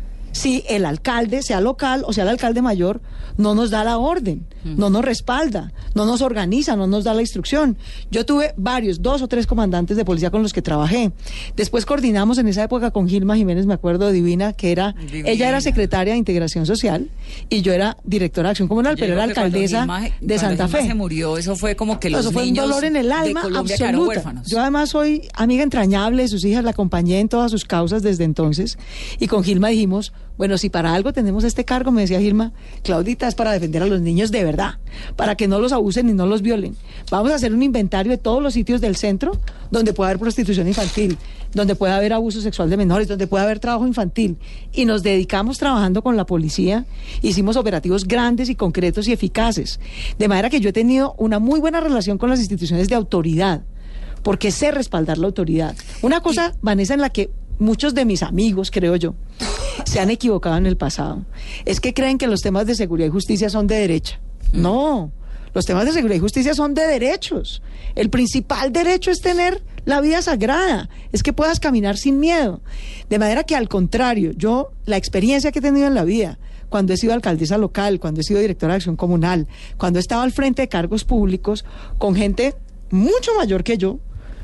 si el alcalde, sea local o sea el alcalde mayor, no nos da la orden, no nos respalda, no nos organiza, no nos da la instrucción. Yo tuve varios, dos o tres comandantes de policía con los que trabajé. Después coordinamos en esa época con Gilma Jiménez, me acuerdo, divina, que era, Divina. ella era secretaria de Integración Social y yo era directora de Acción Comunal, Yo pero digo era que cuando alcaldesa Gilma- de cuando Santa Gilma Fe. se murió, eso fue como que No, los eso fue un niños dolor en el de alma Colombia quedaron absoluta. huérfanos. Yo además soy amiga entrañable de sus hijas, la acompañé en todas sus causas desde entonces y con Gilma dijimos, bueno, si para algo tenemos este cargo, me decía Gilma, Claudita, es para defender a los niños de verdad, para que no los abusen y no los violen. Vamos a hacer un inventario de todos los sitios del centro donde pueda haber prostitución infantil, donde pueda haber abuso sexual de menores, donde pueda haber trabajo infantil. Y nos dedicamos trabajando con la policía, hicimos operativos grandes y concretos y eficaces. De manera que yo he tenido una muy buena relación con las instituciones de autoridad, porque sé respaldar la autoridad. Una cosa, Vanessa, en la que muchos de mis amigos, creo yo, se han equivocado en el pasado, es que creen que los temas de seguridad y justicia son de derecha. No, los temas de seguridad y justicia son de derechos. El principal derecho es tener la vida sagrada, es que puedas caminar sin miedo. De manera que, al contrario, yo, la experiencia que he tenido en la vida, cuando he sido alcaldesa local, cuando he sido directora de Acción Comunal, cuando he estado al frente de cargos públicos con gente mucho mayor que yo,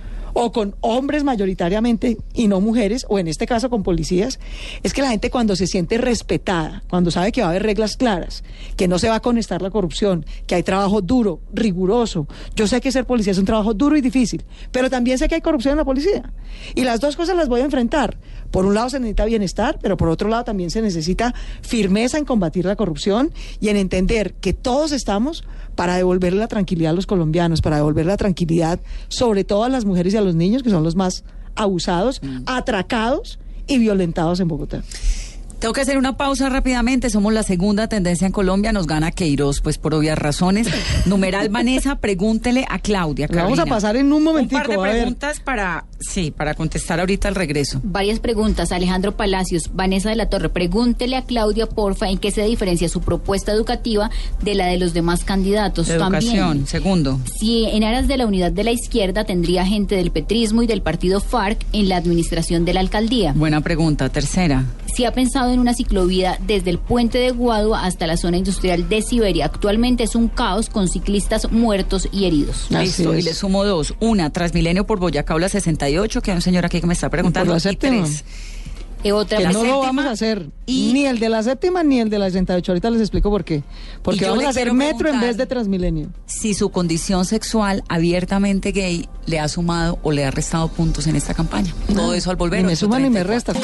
o con hombres mayoritariamente y no mujeres, o en este caso con policías, es que la gente cuando se siente respetada, cuando sabe que va a haber reglas claras, que no se va a conectar la corrupción, que hay trabajo duro, riguroso. Yo sé que ser policía es un trabajo duro y difícil, pero también sé que hay corrupción en la policía. Y las dos cosas las voy a enfrentar. Por un lado se necesita bienestar, pero por otro lado también se necesita firmeza en combatir la corrupción y en entender que todos estamos para devolverle la tranquilidad a los colombianos, para devolver la tranquilidad sobre todo a las mujeres y a los niños, que son los más abusados, mm. atracados y violentados en Bogotá. Tengo que hacer una pausa rápidamente. Somos la segunda tendencia en Colombia. Nos gana Queiroz, pues por obvias razones. Numeral Vanessa, pregúntele a Claudia. La vamos a pasar en un momentico. Un par de preguntas para, sí, para contestar ahorita al regreso. Varias preguntas. Alejandro Palacios, Vanessa de la Torre, pregúntele a Claudia, porfa, en qué se diferencia su propuesta educativa de la de los demás candidatos. Educación, también, segundo. Si en aras de la unidad de la izquierda tendría gente del petrismo y del partido FARC en la administración de la alcaldía. Buena pregunta. Tercera. Si ha pensado en una ciclovía desde el puente de Guadua hasta la zona industrial de Siberia. Actualmente es un caos con ciclistas muertos y heridos. Listo, y le sumo dos. Una, Transmilenio por Boyacá, la sesenta y ocho, que hay un señor aquí que me está preguntando. Por la séptima. Tres. Eh, otra que la no séptima, lo vamos a hacer, y ni el de la séptima ni el de la sesenta y ocho. Ahorita les explico por qué. Porque vamos a hacer metro en vez de Transmilenio. Si su condición sexual abiertamente gay le ha sumado o le ha restado puntos en esta campaña. No, todo eso al volver. Ni me suma ni me resta.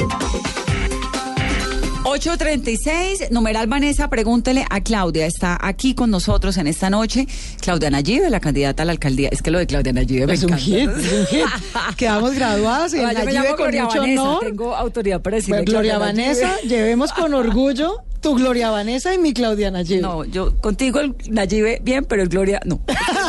ocho treinta y seis, numeral Vanessa, pregúntele a Claudia. Está aquí con nosotros en esta noche Claudia Nayibe, la candidata a la alcaldía. Es que lo de Claudia Nayibe me es un encanta. hit, es un hit. Quedamos graduadas y Vaya, Nayibe con Gloria mucho Vanessa, honor. Tengo autoridad para decirle Pues, Gloria Claudia Vanessa, Nayibe. llevemos con orgullo tu Gloria Vanessa y mi Claudia Nayibe. No, yo contigo el Nayibe bien, pero el Gloria no.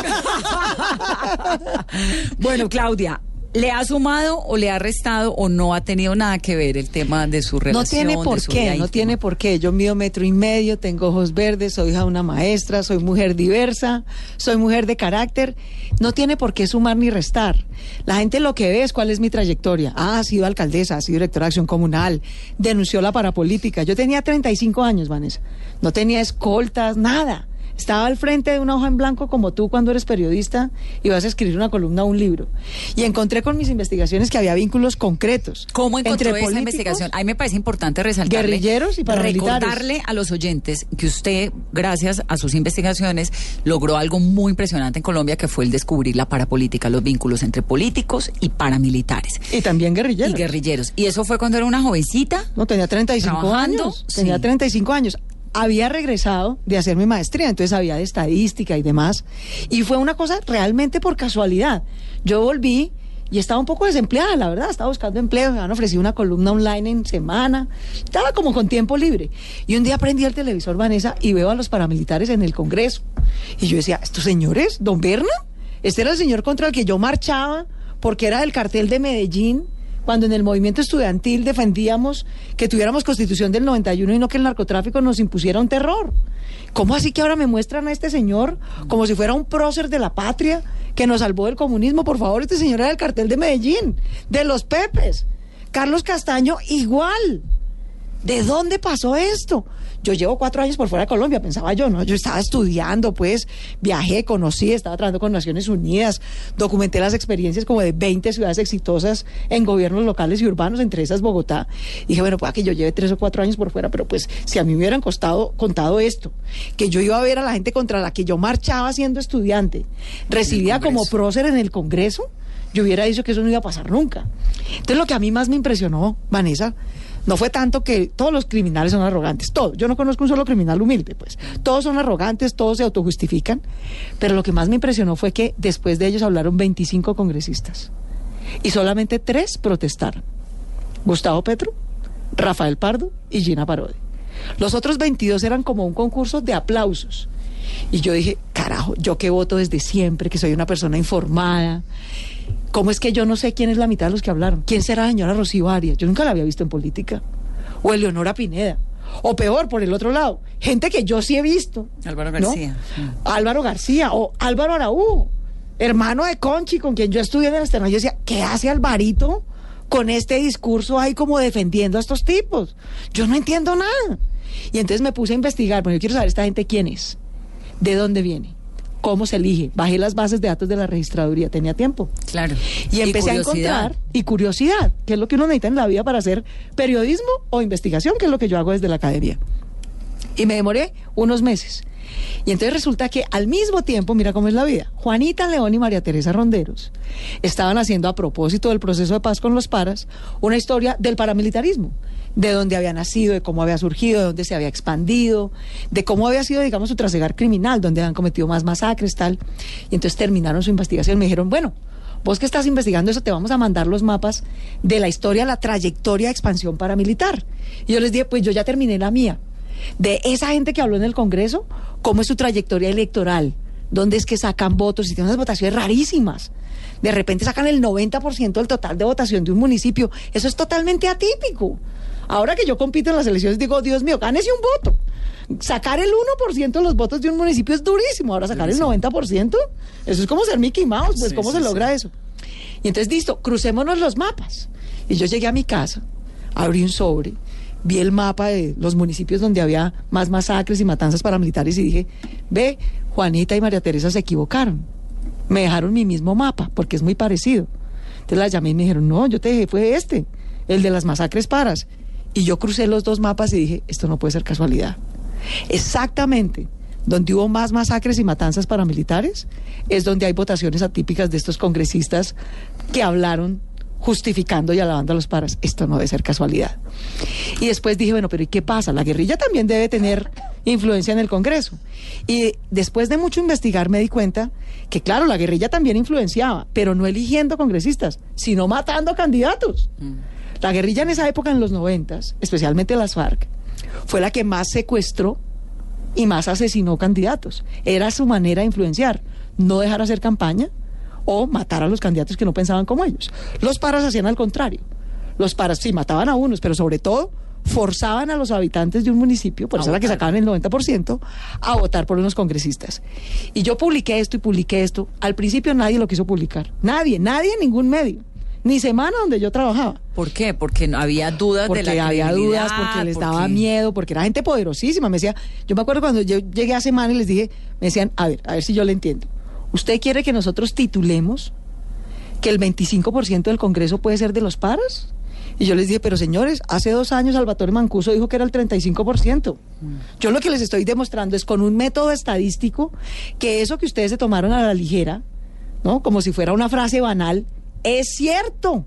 Bueno, Claudia, ¿le ha sumado o le ha restado o no ha tenido nada que ver el tema de su relación? No tiene por qué, no tiene por qué. Yo mido metro y medio, tengo ojos verdes, soy hija de una maestra, soy mujer diversa, soy mujer de carácter. No tiene por qué sumar ni restar. La gente lo que ve es cuál es mi trayectoria. Ah, ha sido alcaldesa, ha sido directora de Acción Comunal, denunció la parapolítica. Yo tenía treinta y cinco años, Vanessa. No tenía escoltas, nada. Estaba al frente de una hoja en blanco como tú cuando eres periodista y vas a escribir una columna o un libro. Y encontré con mis investigaciones que había vínculos concretos. ¿Cómo encontró entre esa investigación? A mí me parece importante resaltarle. Guerrilleros y paramilitares. Recordarle a los oyentes que usted, gracias a sus investigaciones, logró algo muy impresionante en Colombia, que fue el descubrir la parapolítica, los vínculos entre políticos y paramilitares. Y también guerrilleros. Y guerrilleros. ¿Y eso fue cuando era una jovencita? No, tenía treinta y cinco años. Tenía sí. treinta y cinco años. Había regresado de hacer mi maestría, entonces había de estadística y demás. Y fue una cosa realmente por casualidad. Yo volví y estaba un poco desempleada, la verdad. Estaba buscando empleo, me habían ofrecido una columna online en semana. Estaba como con tiempo libre. Y un día prendí el televisor, Vanessa, y veo a los paramilitares en el Congreso. Y yo decía, ¿estos señores? ¿Don Berna? Este era el señor contra el que yo marchaba porque era del cartel de Medellín, cuando en el movimiento estudiantil defendíamos que tuviéramos constitución del noventa y uno y no que el narcotráfico nos impusiera un terror. ¿Cómo así que ahora me muestran a este señor como si fuera un prócer de la patria que nos salvó del comunismo? Por favor, este señor era del cartel de Medellín, de los Pepes. Carlos Castaño igual. ¿De dónde pasó esto? Yo llevo cuatro años por fuera de Colombia, pensaba yo, ¿no? Yo estaba estudiando, pues, viajé, conocí, estaba trabajando con Naciones Unidas, documenté las experiencias como de veinte ciudades exitosas en gobiernos locales y urbanos, entre esas Bogotá. Y dije, bueno, pueda que yo lleve tres o cuatro años por fuera, pero pues, si a mí me hubieran costado, contado esto, que yo iba a ver a la gente contra la que yo marchaba siendo estudiante, recibida como prócer en el Congreso, yo hubiera dicho que eso no iba a pasar nunca. Entonces, lo que a mí más me impresionó, Vanessa, no fue tanto que todos los criminales son arrogantes, todos. Yo no conozco un solo criminal humilde, pues. Todos son arrogantes, todos se autojustifican. Pero lo que más me impresionó fue que después de ellos hablaron veinticinco congresistas. Y solamente tres protestaron. Gustavo Petro, Rafael Pardo y Gina Parodi. Los otros veintidós eran como un concurso de aplausos. Y yo dije, carajo, yo que voto desde siempre, que soy una persona informada. ¿Cómo es que yo no sé quién es la mitad de los que hablaron? ¿Quién será la señora Rocío Arias? Yo nunca la había visto en política. O Eleonora Pineda. O peor, por el otro lado, gente que yo sí he visto. Álvaro García. ¿No? Sí. Álvaro García o Álvaro Araújo, hermano de Conchi, con quien yo estudié en el externo. Yo decía, ¿qué hace Alvarito con este discurso ahí como defendiendo a estos tipos? Yo no entiendo nada. Y entonces me puse a investigar, porque yo quiero saber esta gente quién es, de dónde viene, cómo se elige. Bajé las bases de datos de la registraduría, tenía tiempo. Claro. Y empecé y a encontrar, y curiosidad, que es lo que uno necesita en la vida para hacer periodismo o investigación, que es lo que yo hago desde la academia. Y me demoré unos meses. Y entonces resulta que al mismo tiempo, mira cómo es la vida, Juanita León y María Teresa Ronderos estaban haciendo, a propósito del proceso de paz con los paras, una historia del paramilitarismo, de dónde había nacido, de cómo había surgido, de dónde se había expandido, de cómo había sido, digamos, su trasegar criminal, donde habían cometido más masacres, tal. Y entonces terminaron su investigación y me dijeron, bueno, vos que estás investigando eso, te vamos a mandar los mapas de la historia, la trayectoria de expansión paramilitar. Y yo les dije, pues yo ya terminé la mía. De esa gente que habló en el Congreso, cómo es su trayectoria electoral, dónde es que sacan votos, y tienen unas votaciones rarísimas. De repente sacan el noventa por ciento del total de votación de un municipio. Eso es totalmente atípico. Ahora que yo compito en las elecciones, digo, Dios mío, gánese un voto. Sacar el uno por ciento de los votos de un municipio es durísimo. Ahora sacar el noventa por ciento, eso es como ser Mickey Mouse, pues, sí, ¿cómo sí, se logra sí. eso? Y entonces, listo, crucémonos los mapas. Y yo llegué a mi casa, abrí un sobre, vi el mapa de los municipios donde había más masacres y matanzas paramilitares y dije, ve, Juanita y María Teresa se equivocaron. Me dejaron mi mismo mapa, porque es muy parecido. Entonces las llamé y me dijeron, no, yo te dejé, fue este, el de las masacres paras. Y yo crucé los dos mapas y dije, esto no puede ser casualidad. Exactamente donde hubo más masacres y matanzas paramilitares es donde hay votaciones atípicas de estos congresistas que hablaron justificando y alabando a los paras. Esto no debe ser casualidad. Y después dije, bueno, pero ¿y qué pasa? La guerrilla también debe tener influencia en el Congreso. Y después de mucho investigar me di cuenta que, claro, la guerrilla también influenciaba, pero no eligiendo congresistas, sino matando candidatos. Mm. La guerrilla en esa época, en los noventas, especialmente las FARC, fue la que más secuestró y más asesinó candidatos. Era su manera de influenciar, no dejar hacer campaña o matar a los candidatos que no pensaban como ellos. Los paras hacían al contrario. Los paras sí mataban a unos, pero sobre todo forzaban a los habitantes de un municipio, por eso era que sacaban el noventa por ciento, a votar por unos congresistas. Y yo publiqué esto y publiqué esto. Al principio nadie lo quiso publicar. Nadie, nadie en ningún medio. Ni semana donde yo trabajaba. ¿Por qué? Porque había dudas porque de la había dudas, porque les porque... daba miedo, porque era gente poderosísima. Me decía, yo me acuerdo cuando yo llegué a semana y les dije, me decían, a ver, a ver si yo le entiendo. ¿Usted quiere que nosotros titulemos que el veinticinco por ciento del Congreso puede ser de los paras? Y yo les dije, pero señores, hace dos años Salvatore Mancuso dijo que era el treinta y cinco por ciento. Mm. Yo lo que les estoy demostrando es con un método estadístico que eso que ustedes se tomaron a la ligera, ¿no? Como si fuera una frase banal, es cierto.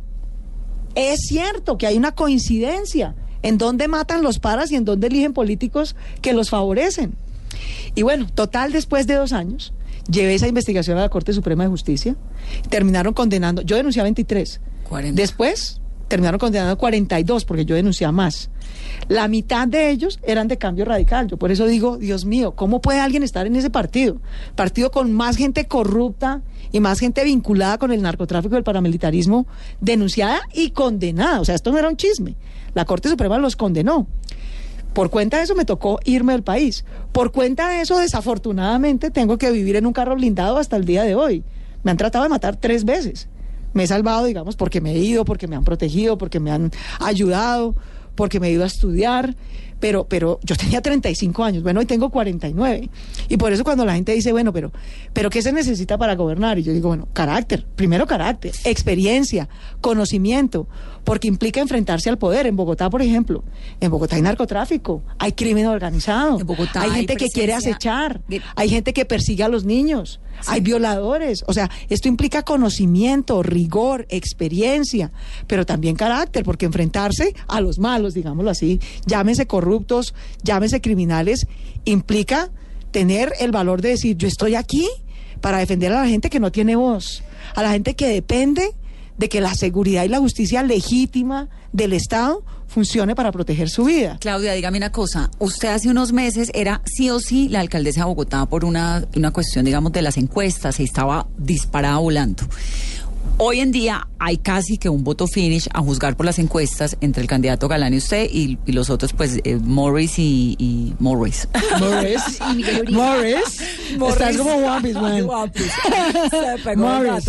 Es cierto que hay una coincidencia en dónde matan los paras y en dónde eligen políticos que los favorecen. Y bueno, total, después de dos años, llevé esa investigación a la Corte Suprema de Justicia, terminaron condenando, yo denuncié a veintitrés, cuarenta. Después terminaron condenando cuarenta y dos porque yo denunciaba más. La mitad de ellos eran de Cambio Radical. Yo por eso digo, Dios mío, ¿cómo puede alguien estar en ese partido? Partido con más gente corrupta y más gente vinculada con el narcotráfico y el paramilitarismo, denunciada y condenada. O sea, esto no era un chisme. La Corte Suprema los condenó. Por cuenta de eso me tocó irme del país. Por cuenta de eso, desafortunadamente, tengo que vivir en un carro blindado hasta el día de hoy. Me han tratado de matar tres veces. Me he salvado, digamos, porque me he ido, porque me han protegido, porque me han ayudado, porque me he ido a estudiar, pero, pero yo tenía treinta y cinco años, bueno, hoy tengo cuarenta y nueve, y por eso cuando la gente dice, bueno, pero, pero ¿qué se necesita para gobernar? Y yo digo, bueno, carácter, primero carácter, experiencia, conocimiento, porque implica enfrentarse al poder. En Bogotá, por ejemplo, en Bogotá hay narcotráfico, hay crimen organizado, en Bogotá hay gente hay que quiere acechar, de... hay gente que persigue a los niños, sí. Hay violadores, o sea, esto implica conocimiento, rigor, experiencia, pero también carácter, porque enfrentarse a los malos, digámoslo así, llámense corruptos, llámense criminales, implica tener el valor de decir, yo estoy aquí para defender a la gente que no tiene voz, a la gente que depende de que la seguridad y la justicia legítima del Estado funcione para proteger su vida. Claudia, dígame una cosa, usted hace unos meses era sí o sí la alcaldesa de Bogotá por una, una cuestión, digamos, de las encuestas, y estaba disparada volando. Hoy en día hay casi que un voto finish, a juzgar por las encuestas, entre el candidato Galán y usted, y, y los otros, pues, eh, Morris y, y Morris. Morris. y Morris. Morris. Estás como guapis, man. Guapis. Se pegó Morris.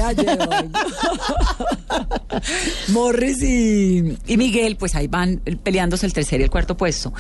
Morris y, y Miguel, pues ahí van peleándose el tercer y el cuarto puesto.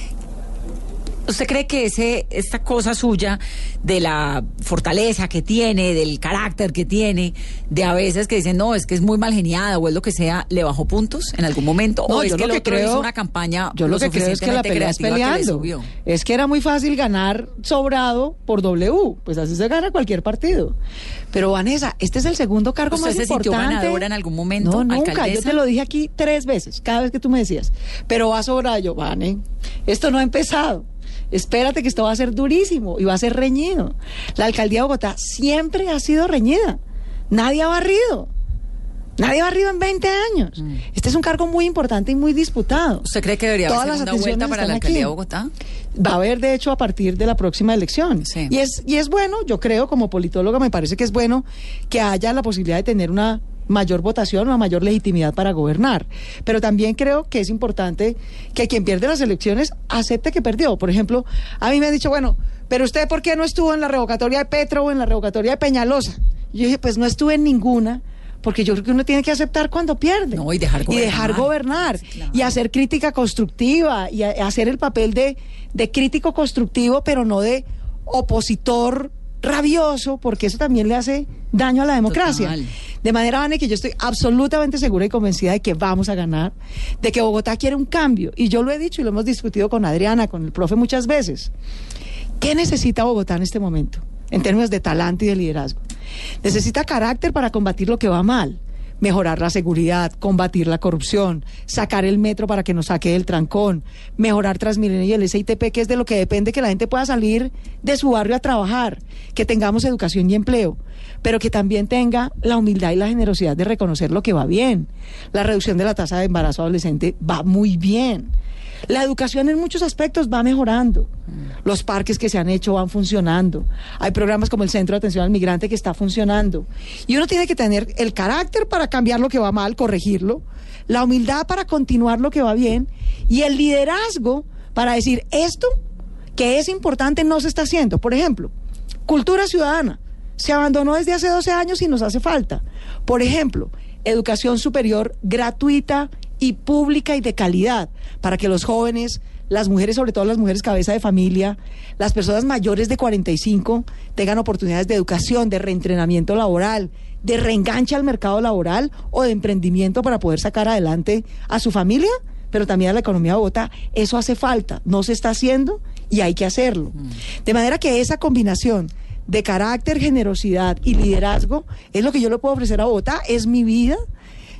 ¿Usted cree que ese esta cosa suya de la fortaleza que tiene, del carácter que tiene, de a veces que dicen, no, es que es muy mal geniada o es lo que sea, le bajó puntos en algún momento? No, ¿O es yo que lo el que otro creo, hizo una campaña yo lo, lo que creo es que la pelea es peleando. Que es que era muy fácil ganar sobrado por W, pues así se gana cualquier partido. Pero Vanessa, este es el segundo cargo más importante. ¿Usted se sintió ganadora en algún momento, No, nunca, alcaldesa? Yo te lo dije aquí tres veces, cada vez que tú me decías, pero va sobrado. Yo, Vane, esto no ha empezado. Espérate que esto va a ser durísimo y va a ser reñido. La alcaldía de Bogotá siempre ha sido reñida. Nadie ha barrido. Nadie ha barrido en veinte años. Mm. Este es un cargo muy importante y muy disputado. ¿Usted cree que debería haber segunda vuelta para la alcaldía de Bogotá? Va a haber, de hecho, a partir de la próxima elección. Sí. Y es, y es bueno, yo creo, como politóloga, me parece que es bueno que haya la posibilidad de tener una mayor votación, una mayor legitimidad para gobernar. Pero también creo que es importante que quien pierde las elecciones acepte que perdió. Por ejemplo, a mí me han dicho, bueno, pero usted ¿por qué no estuvo en la revocatoria de Petro o en la revocatoria de Peñalosa? Y yo dije, pues no estuve en ninguna, porque yo creo que uno tiene que aceptar cuando pierde. No, y dejar gobernar. Y dejar gobernar, sí, claro. Y hacer crítica constructiva, y a, hacer el papel de, de crítico constructivo, pero no de opositor rabioso, porque eso también le hace daño a la democracia. Total. De manera, Vane, que yo estoy absolutamente segura y convencida de que vamos a ganar, de que Bogotá quiere un cambio, y yo lo he dicho y lo hemos discutido con Adriana, con el profe muchas veces. ¿Qué necesita Bogotá en este momento, en términos de talante y de liderazgo? Necesita carácter para combatir lo que va mal, mejorar la seguridad, combatir la corrupción, sacar el metro para que nos saque el trancón, mejorar Transmilenio y el S I T P, que es de lo que depende que la gente pueda salir de su barrio a trabajar, que tengamos educación y empleo, pero que también tenga la humildad y la generosidad de reconocer lo que va bien. La reducción de la tasa de embarazo adolescente va muy bien. La educación en muchos aspectos va mejorando. Los parques que se han hecho van funcionando. Hay programas como el Centro de Atención al Migrante que está funcionando. Y uno tiene que tener el carácter para cambiar lo que va mal, corregirlo, la humildad para continuar lo que va bien y el liderazgo para decir esto que es importante no se está haciendo. Por ejemplo, cultura ciudadana. Se abandonó desde hace doce años y nos hace falta. Por ejemplo, educación superior gratuita y pública y de calidad, para que los jóvenes, las mujeres, sobre todo las mujeres cabeza de familia, las personas mayores de cuarenta y cinco, tengan oportunidades de educación, de reentrenamiento laboral, de reenganche al mercado laboral o de emprendimiento para poder sacar adelante a su familia, pero también a la economía de Bogotá. Eso hace falta, no se está haciendo y hay que hacerlo. De manera que esa combinación de carácter, generosidad y liderazgo es lo que yo le puedo ofrecer a Bogotá, es mi vida.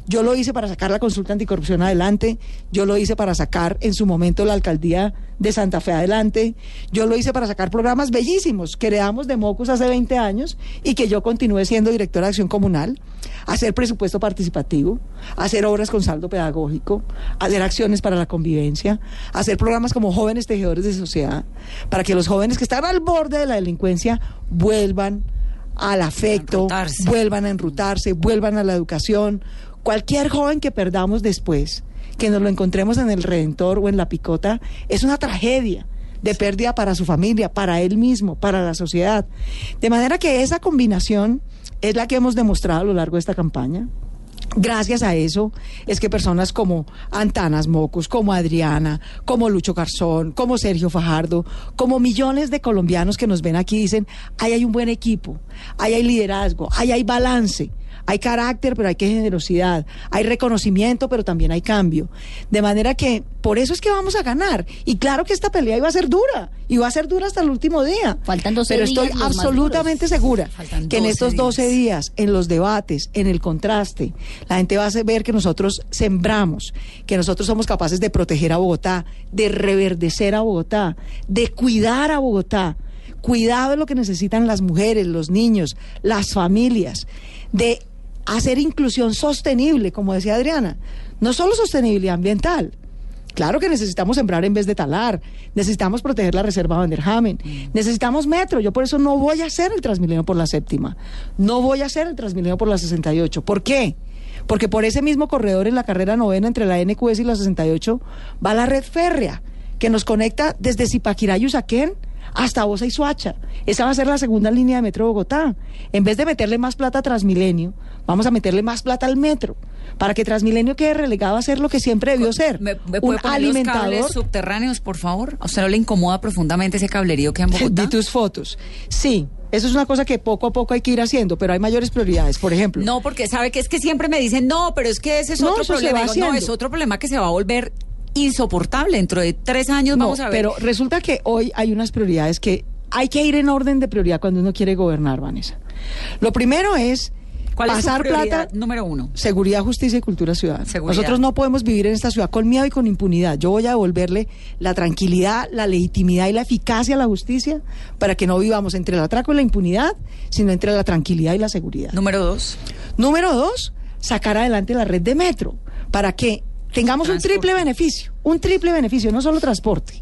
Yo lo hice para sacar la consulta anticorrupción adelante, yo lo hice para sacar en su momento la alcaldía de Santa Fe adelante, yo lo hice para sacar programas bellísimos que heredamos de Mocus hace veinte años y que yo continué siendo directora de Acción Comunal, hacer presupuesto participativo, hacer obras con saldo pedagógico, hacer acciones para la convivencia, hacer programas como Jóvenes Tejedores de Sociedad, para que los jóvenes que están al borde de la delincuencia vuelvan al afecto, vuelvan a enrutarse, vuelvan a la educación. Cualquier joven que perdamos después, que nos lo encontremos en el Redentor o en la Picota, es una tragedia de pérdida para su familia, para él mismo, para la sociedad. De manera que esa combinación es la que hemos demostrado a lo largo de esta campaña. Gracias a eso es que personas como Antanas Mocus, como Adriana, como Lucho Garzón, como Sergio Fajardo, como millones de colombianos que nos ven aquí dicen, ahí hay un buen equipo, ahí hay liderazgo, ahí hay balance. Hay carácter, pero hay que generosidad. Hay reconocimiento, pero también hay cambio. De manera que, por eso es que vamos a ganar. Y claro que esta pelea iba a ser dura. Y va a ser dura hasta el último día. Faltan doce pero días. Pero estoy absolutamente segura Faltan que en estos doce días. días, en los debates, en el contraste, la gente va a ver que nosotros sembramos, que nosotros somos capaces de proteger a Bogotá, de reverdecer a Bogotá, de cuidar a Bogotá. Cuidado de lo que necesitan las mujeres, los niños, las familias, de hacer inclusión sostenible, como decía Adriana, no solo sostenibilidad ambiental. Claro que necesitamos sembrar en vez de talar, necesitamos proteger la reserva Van der Hamen, mm. necesitamos metro. Yo por eso no voy a hacer el Transmilenio por la séptima, no voy a hacer el Transmilenio por la sesenta y ocho. ¿Por qué? Porque por ese mismo corredor en la carrera novena entre la N Q S y la sesenta y ocho va la red férrea que nos conecta desde Zipaquirá y Usaquén hasta Bosa y Soacha. Esa va a ser la segunda línea de Metro de Bogotá. En vez de meterle más plata a Transmilenio, vamos a meterle más plata al metro, para que Transmilenio quede relegado a ser lo que siempre debió ser, ¿Me, me un puede poner alimentador. Los cables subterráneos, por favor? ¿A usted no le incomoda profundamente ese cablerío que hay en Bogotá? Vi tus fotos. Sí, eso es una cosa que poco a poco hay que ir haciendo, pero hay mayores prioridades, por ejemplo. No, porque sabe que es que siempre me dicen, no, pero es que ese es No, otro eso se problema. va Digo, no, haciendo. es otro problema que se va a volver insoportable. Dentro de tres años No, vamos a ver. pero resulta que hoy hay unas prioridades que hay que ir en orden de prioridad cuando uno quiere gobernar, Vanessa. Lo primero es ¿Cuál es su pasar prioridad plata, número uno? seguridad, justicia y cultura ciudadana. Seguridad. Nosotros no podemos vivir en esta ciudad con miedo y con impunidad. Yo voy a devolverle la tranquilidad, la legitimidad y la eficacia a la justicia para que no vivamos entre el atraco y la impunidad, sino entre la tranquilidad y la seguridad. Número dos. Número dos, sacar adelante la red de metro para que tengamos un triple beneficio, un triple beneficio, no solo transporte.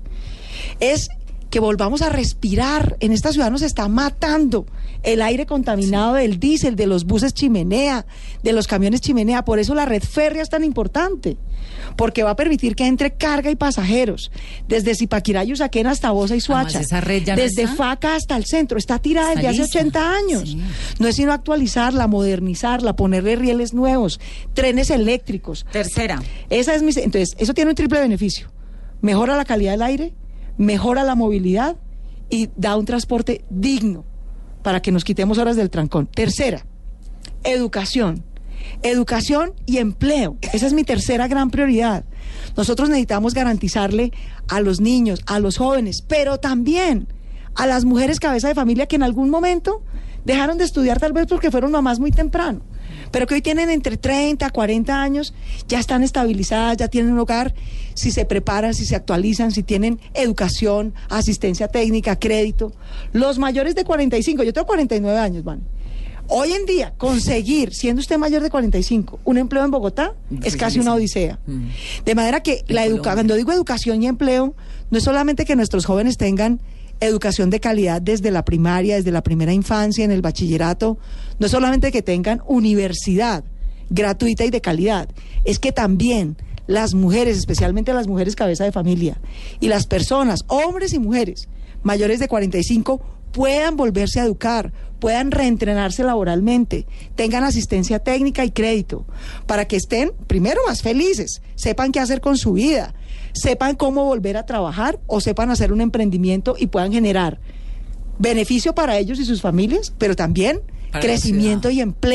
Es que volvamos a respirar. En esta ciudad nos está matando el aire contaminado del diésel, de los buses chimenea, de los camiones chimenea. Por eso la red férrea es tan importante, porque va a permitir que entre carga y pasajeros, desde Zipaquirá y Usaquén hasta Bosa y Soacha, Además, esa red ya no desde está. Faca hasta el centro, está tirada Está desde hace lista. ochenta años. Sí. No es sino actualizarla, modernizarla, ponerle rieles nuevos, trenes eléctricos. Tercera. Esa es mi, entonces, eso tiene un triple beneficio. Mejora la calidad del aire, mejora la movilidad y da un transporte digno para que nos quitemos horas del trancón. Tercera, educación. Educación y empleo. Esa es mi tercera gran prioridad. Nosotros necesitamos garantizarle a los niños, a los jóvenes, pero también a las mujeres cabeza de familia que en algún momento dejaron de estudiar tal vez porque fueron mamás muy temprano, pero que hoy tienen entre treinta, cuarenta años, ya están estabilizadas, ya tienen un hogar, si se preparan, si se actualizan, si tienen educación, asistencia técnica, crédito. Los mayores de cuarenta y cinco, yo tengo cuarenta y nueve años, Van. Hoy en día, conseguir, siendo usted mayor de cuarenta y cinco, un empleo en Bogotá es casi una odisea. Mm. De manera que la educa cuando digo educación y empleo, no es solamente que nuestros jóvenes tengan educación de calidad desde la primaria, desde la primera infancia, en el bachillerato, no es solamente que tengan universidad gratuita y de calidad, es que también las mujeres, especialmente las mujeres cabeza de familia, y las personas, hombres y mujeres, mayores de cuarenta y cinco, puedan volverse a educar, puedan reentrenarse laboralmente, tengan asistencia técnica y crédito, para que estén, primero, más felices, sepan qué hacer con su vida, sepan cómo volver a trabajar o sepan hacer un emprendimiento y puedan generar beneficio para ellos y sus familias, pero también para crecimiento y empleo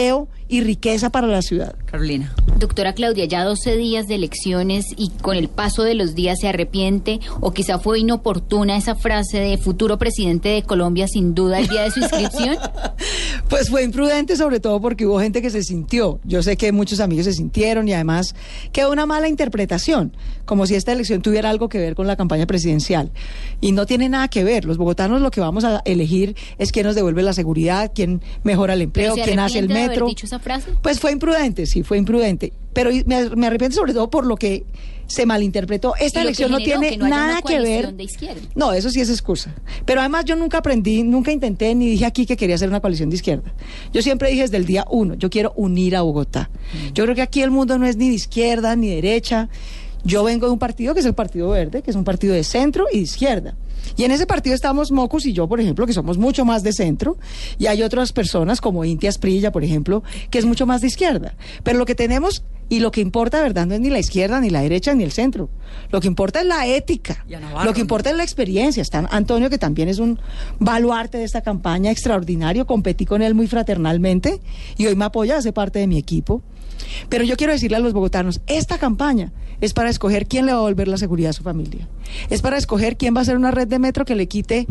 y riqueza para la ciudad. Carolina. Doctora Claudia, ya doce días de elecciones y con el paso de los días se arrepiente o quizá fue inoportuna esa frase de futuro presidente de Colombia sin duda el día de su inscripción. Pues fue imprudente, sobre todo porque hubo gente que se sintió. Yo sé que muchos amigos se sintieron y además quedó una mala interpretación, como si esta elección tuviera algo que ver con la campaña presidencial. Y no tiene nada que ver. Los bogotanos lo que vamos a elegir es quién nos devuelve la seguridad, quién mejora el empleo, quién hace el metro. ¿Se arrepiente de haber dicho esa frase? Pues fue imprudente, sí, fue imprudente. Pero me, me arrepiento sobre todo por lo que se malinterpretó. Esta elección no tiene que no nada que ver. De izquierda. No, eso sí es excusa. Pero además yo nunca aprendí, nunca intenté ni dije aquí que quería hacer una coalición de izquierda. Yo siempre dije desde el día uno, yo quiero unir a Bogotá. Mm. Yo creo que aquí el mundo no es ni de izquierda ni de derecha. Yo vengo de un partido que es el Partido Verde, que es un partido de centro y de izquierda. Y en ese partido estamos Mocus y yo, por ejemplo, que somos mucho más de centro, y hay otras personas como Inti Asprilla, por ejemplo, que es mucho más de izquierda. Pero lo que tenemos y lo que importa, ¿verdad? No es ni la izquierda, ni la derecha, ni el centro. Lo que importa es la ética. Lo que importa es la experiencia. Está Antonio, que también es un baluarte de esta campaña extraordinario. Competí con él muy fraternalmente y hoy me apoya, hace parte de mi equipo. Pero yo quiero decirle a los bogotanos, esta campaña es para escoger quién le va a devolver la seguridad a su familia. Es para escoger quién va a hacer una red de metro que le quite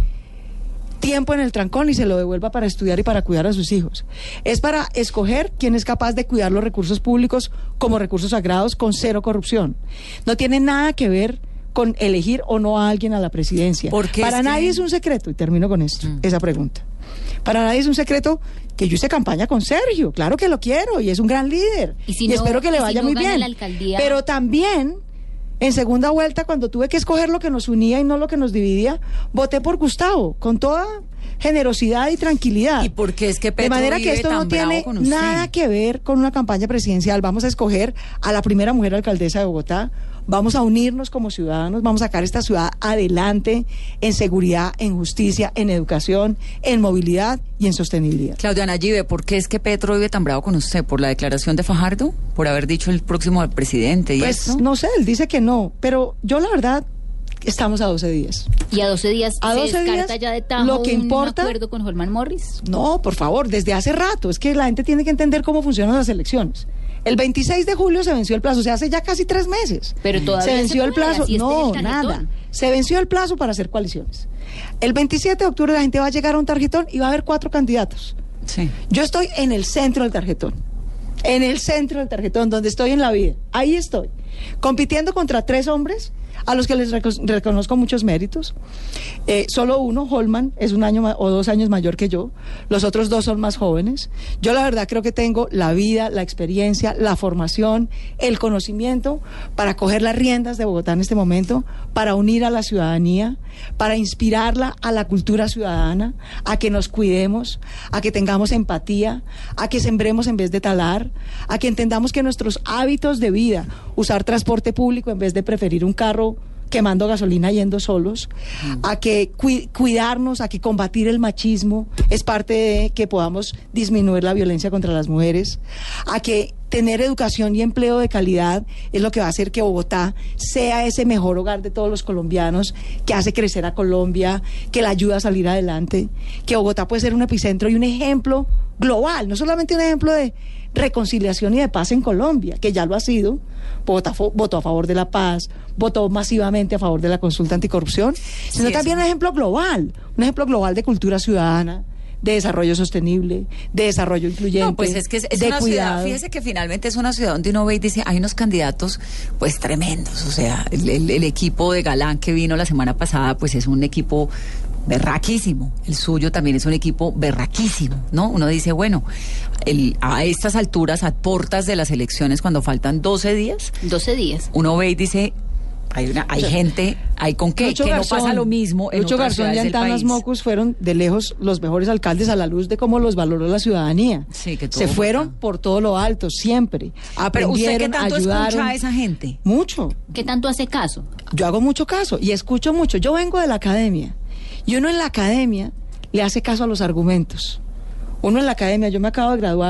tiempo en el trancón y se lo devuelva para estudiar y para cuidar a sus hijos. Es para escoger quién es capaz de cuidar los recursos públicos como recursos sagrados con cero corrupción. No tiene nada que ver con elegir o no a alguien a la presidencia. Para nadie que... es un secreto, y termino con esto, mm. esa pregunta. Para nadie es un secreto que yo hice campaña con Sergio, claro que lo quiero y es un gran líder y, si y no, espero que le vaya si no muy bien. Pero también en segunda vuelta, cuando tuve que escoger lo que nos unía y no lo que nos dividía, voté por Gustavo con toda generosidad y tranquilidad. ¿Y por qué es que Petro De manera que esto no tiene nada que ver con una campaña presidencial. Vamos a escoger a la primera mujer alcaldesa de Bogotá. Vamos a unirnos como ciudadanos, vamos a sacar esta ciudad adelante en seguridad, en justicia, en educación, en movilidad y en sostenibilidad. Claudia Nayibe, ¿por qué es que Petro vive tan bravo con usted? ¿Por la declaración de Fajardo? ¿Por haber dicho el próximo presidente y pues, eso? No sé, él dice que no, pero yo la verdad... Estamos a doce días. ¿Y a doce días a se doce descarta días, ya de tajo lo que importa, un acuerdo con Holman Morris? No, por favor, desde hace rato. Es que la gente tiene que entender cómo funcionan las elecciones. El veintiséis de julio se venció el plazo, o sea, hace ya casi tres meses. Pero todavía se venció se el plazo. Puede, no, nada. Se venció el plazo para hacer coaliciones. El veintisiete de octubre la gente va a llegar a un tarjetón y va a haber cuatro candidatos. Sí. Yo estoy en el centro del tarjetón. En el centro del tarjetón, donde estoy en la vida. Ahí estoy. Compitiendo contra tres hombres a los que les reco- reconozco muchos méritos. Eh, solo uno, Holman, es un año ma- o dos años mayor que yo. Los otros dos son más jóvenes. Yo la verdad creo que tengo la vida, la experiencia, la formación, el conocimiento para coger las riendas de Bogotá en este momento, para unir a la ciudadanía, para inspirarla a la cultura ciudadana, a que nos cuidemos, a que tengamos empatía, a que sembremos en vez de talar, a que entendamos que nuestros hábitos de vida, usar transporte público en vez de preferir un carro quemando gasolina yendo solos, mm. a que cu- cuidarnos, a que combatir el machismo es parte de que podamos disminuir la violencia contra las mujeres, a que tener educación y empleo de calidad es lo que va a hacer que Bogotá sea ese mejor hogar de todos los colombianos, que hace crecer a Colombia, que la ayuda a salir adelante, que Bogotá puede ser un epicentro y un ejemplo global, no solamente un ejemplo de reconciliación y de paz en Colombia, que ya lo ha sido. Bogotá fo- votó a favor de la paz, votó masivamente a favor de la consulta anticorrupción, sino sí, también un ejemplo global, un ejemplo global de cultura ciudadana, de desarrollo sostenible, de desarrollo incluyente, no, pues es que es, es de una cuidado. Ciudad, fíjese que finalmente es una ciudad donde uno ve y dice, hay unos candidatos pues tremendos, o sea, el, el, el equipo de Galán que vino la semana pasada pues es un equipo berraquísimo, el suyo también es un equipo berraquísimo, ¿no? Uno dice, bueno, el, a estas alturas, a portas de las elecciones, cuando faltan doce días, doce días, uno ve y dice, hay una, hay o sea, gente, hay con qué, que Garzón, no pasa lo mismo en Lucho otras Garzón y Antanas Mocus fueron de lejos los mejores alcaldes a la luz de cómo los valoró la ciudadanía. Sí, que se fueron pasa. por todo lo alto, siempre. Aprendieron, pero usted qué tanto ayudaron, escucha a esa gente. Mucho. ¿Qué tanto hace caso? Yo hago mucho caso y escucho mucho. Yo vengo de la academia y uno en la academia le hace caso a los argumentos. Uno en la academia, yo me acabo de graduar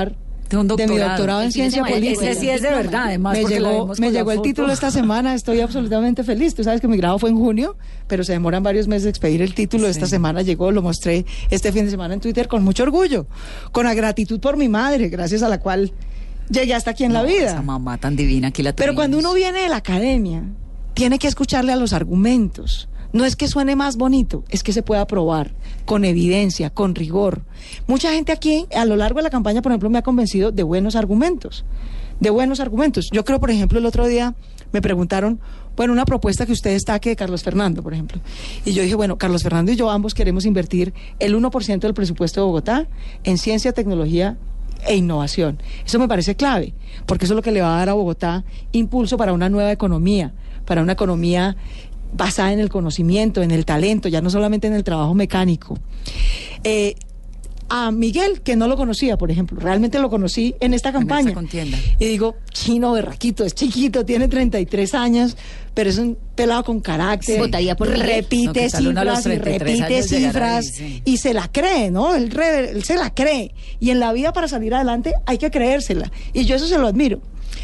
De un de mi doctorado en ciencia política. Ese sí es de verdad, además. Me llegó, me llegó el título esta semana, estoy absolutamente feliz. Tú sabes que mi grado fue en junio, pero se demoran varios meses de expedir el título. Sí. Esta semana llegó, lo mostré este fin de semana en Twitter con mucho orgullo, con la gratitud por mi madre, gracias a la cual llegué hasta aquí en no, la vida. Esa mamá tan divina, aquí la tenemos. Pero cuando uno viene de la academia, tiene que escucharle a los argumentos. No es que suene más bonito, es que se pueda probar con evidencia, con rigor. Mucha gente aquí, a lo largo de la campaña, por ejemplo, me ha convencido de buenos argumentos, de buenos argumentos. Yo creo, por ejemplo, el otro día me preguntaron, bueno, una propuesta que usted destaque de Carlos Fernando, por ejemplo. Y yo dije, bueno, Carlos Fernando y yo ambos queremos invertir el uno por ciento del presupuesto de Bogotá en ciencia, tecnología e innovación. Eso me parece clave, porque eso es lo que le va a dar a Bogotá impulso para una nueva economía, para una economía basada en el conocimiento, en el talento, ya no solamente en el trabajo mecánico. Eh, a Miguel, que no lo conocía, por ejemplo, realmente lo conocí en esta campaña. En esta y digo, chino berraquito, es chiquito, tiene treinta y tres años, pero es un pelado con carácter. Votaría por repite no, cifras y repite cifras ahí, sí. Y se la cree, ¿no? Él, re, él se la cree. Y en la vida, para salir adelante, hay que creérsela. Y yo eso se lo admiro.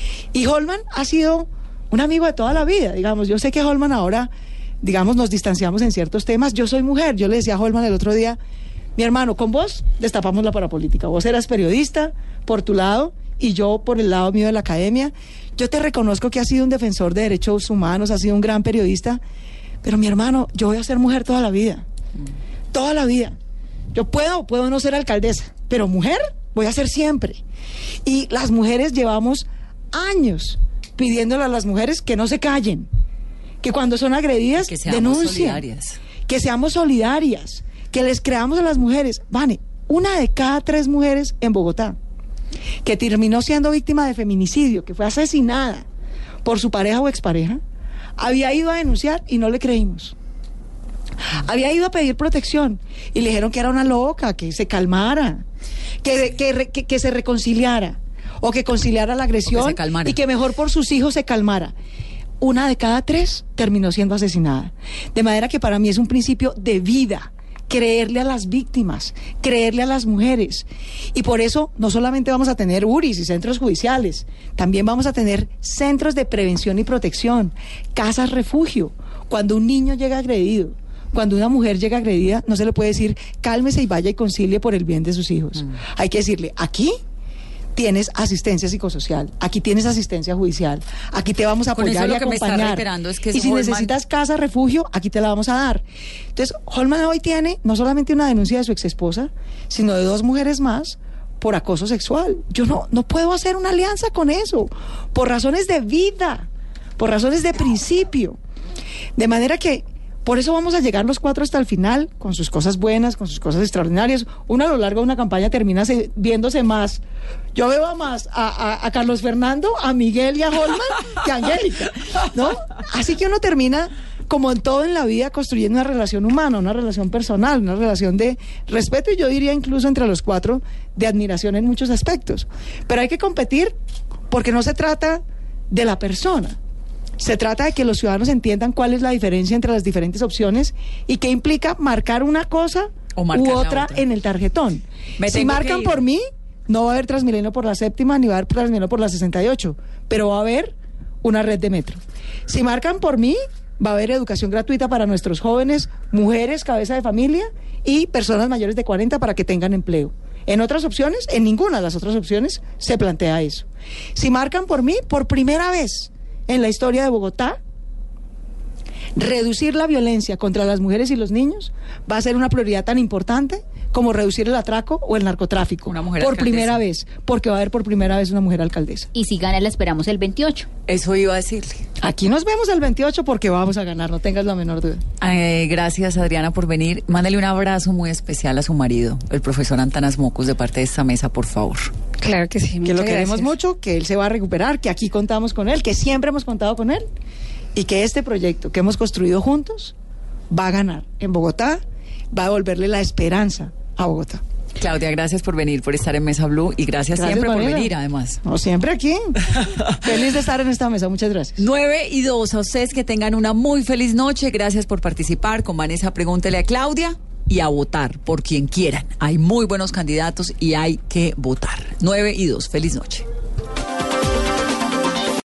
Y Holman ha sido un amigo de toda la vida, digamos. Yo sé que Holman ahora, digamos, nos distanciamos en ciertos temas. Yo soy mujer. Yo le decía a Holman el otro día, mi hermano, con vos destapamos la parapolítica. Vos eras periodista por tu lado y yo por el lado mío de la academia. Yo te reconozco que has sido un defensor de derechos humanos, has sido un gran periodista, pero mi hermano, yo voy a ser mujer toda la vida. Toda la vida. Yo puedo, puedo no ser alcaldesa, pero mujer voy a ser siempre. Y las mujeres llevamos años pidiéndole a las mujeres que no se callen, que cuando son agredidas que seamos denuncien, solidarias. Que seamos solidarias, que les creamos a las mujeres. Vane, una de cada tres mujeres en Bogotá que terminó siendo víctima de feminicidio, que fue asesinada por su pareja o expareja, había ido a denunciar y no le creímos. Había ido a pedir protección y le dijeron que era una loca, que se calmara, que, que, que, que se reconciliara o que conciliara la agresión que y que mejor por sus hijos se calmara. Una de cada tres terminó siendo asesinada. De manera que para mí es un principio de vida, creerle a las víctimas, creerle a las mujeres. Y por eso no solamente vamos a tener U R Is y centros judiciales, también vamos a tener centros de prevención y protección, casas refugio. Cuando un niño llega agredido, cuando una mujer llega agredida, no se le puede decir cálmese y vaya y concilie por el bien de sus hijos. Mm. Hay que decirle, aquí tienes asistencia psicosocial, aquí tienes asistencia judicial, aquí te vamos a apoyar y acompañar. Es que es y si Holman... necesitas casa, refugio, aquí te la vamos a dar. Entonces, Holman hoy tiene no solamente una denuncia de su exesposa, sino de dos mujeres más por acoso sexual. Yo no, no puedo hacer una alianza con eso, por razones de vida, por razones de principio. De manera que por eso vamos a llegar los cuatro hasta el final, con sus cosas buenas, con sus cosas extraordinarias. Uno a lo largo de una campaña termina se, viéndose más. Yo veo a más a, a, a Carlos Fernando, a Miguel y a Holman que a Angélica, ¿no? Así que uno termina, como en todo en la vida, construyendo una relación humana, una relación personal, una relación de respeto y yo diría incluso entre los cuatro de admiración en muchos aspectos. Pero hay que competir porque no se trata de la persona. Se trata de que los ciudadanos entiendan cuál es la diferencia entre las diferentes opciones y qué implica marcar una cosa o marcar u otra, otra en el tarjetón. Me si marcan por mí, no va a haber Transmilenio por la séptima ni va a haber Transmilenio por la sesenta y ocho, pero va a haber una red de metro. Si marcan por mí, va a haber educación gratuita para nuestros jóvenes, mujeres, cabeza de familia y personas mayores de cuarenta para que tengan empleo. En otras opciones, en ninguna de las otras opciones se plantea eso. Si marcan por mí, por primera vez en la historia de Bogotá, reducir la violencia contra las mujeres y los niños va a ser una prioridad tan importante como reducir el atraco o el narcotráfico. Una mujer por alcaldesa. Primera vez, porque va a haber por primera vez una mujer alcaldesa. Y si gana, la esperamos el veintiocho. Eso iba a decirle. Aquí nos vemos el veintiocho porque vamos a ganar, no tengas la menor duda. Eh, gracias, Adriana, por venir. Mándale un abrazo muy especial a su marido, el profesor Antanas Mocus, de parte de esta mesa, por favor. Claro que sí. Que lo queremos gracias. mucho, que él se va a recuperar, que aquí contamos con él, que siempre hemos contado con él y que este proyecto que hemos construido juntos va a ganar en Bogotá, va a devolverle la esperanza a Bogotá. Claudia, gracias por venir, por estar en Mesa Blue y gracias, gracias siempre Vanessa. Por venir, además. No, siempre aquí. Feliz de estar en esta mesa, muchas gracias. nueve y dos, a ustedes que tengan una muy feliz noche, gracias por participar con Vanessa Pregúntele a Claudia y a votar por quien quieran. Hay muy buenos candidatos y hay que votar. nueve y dos. Feliz noche.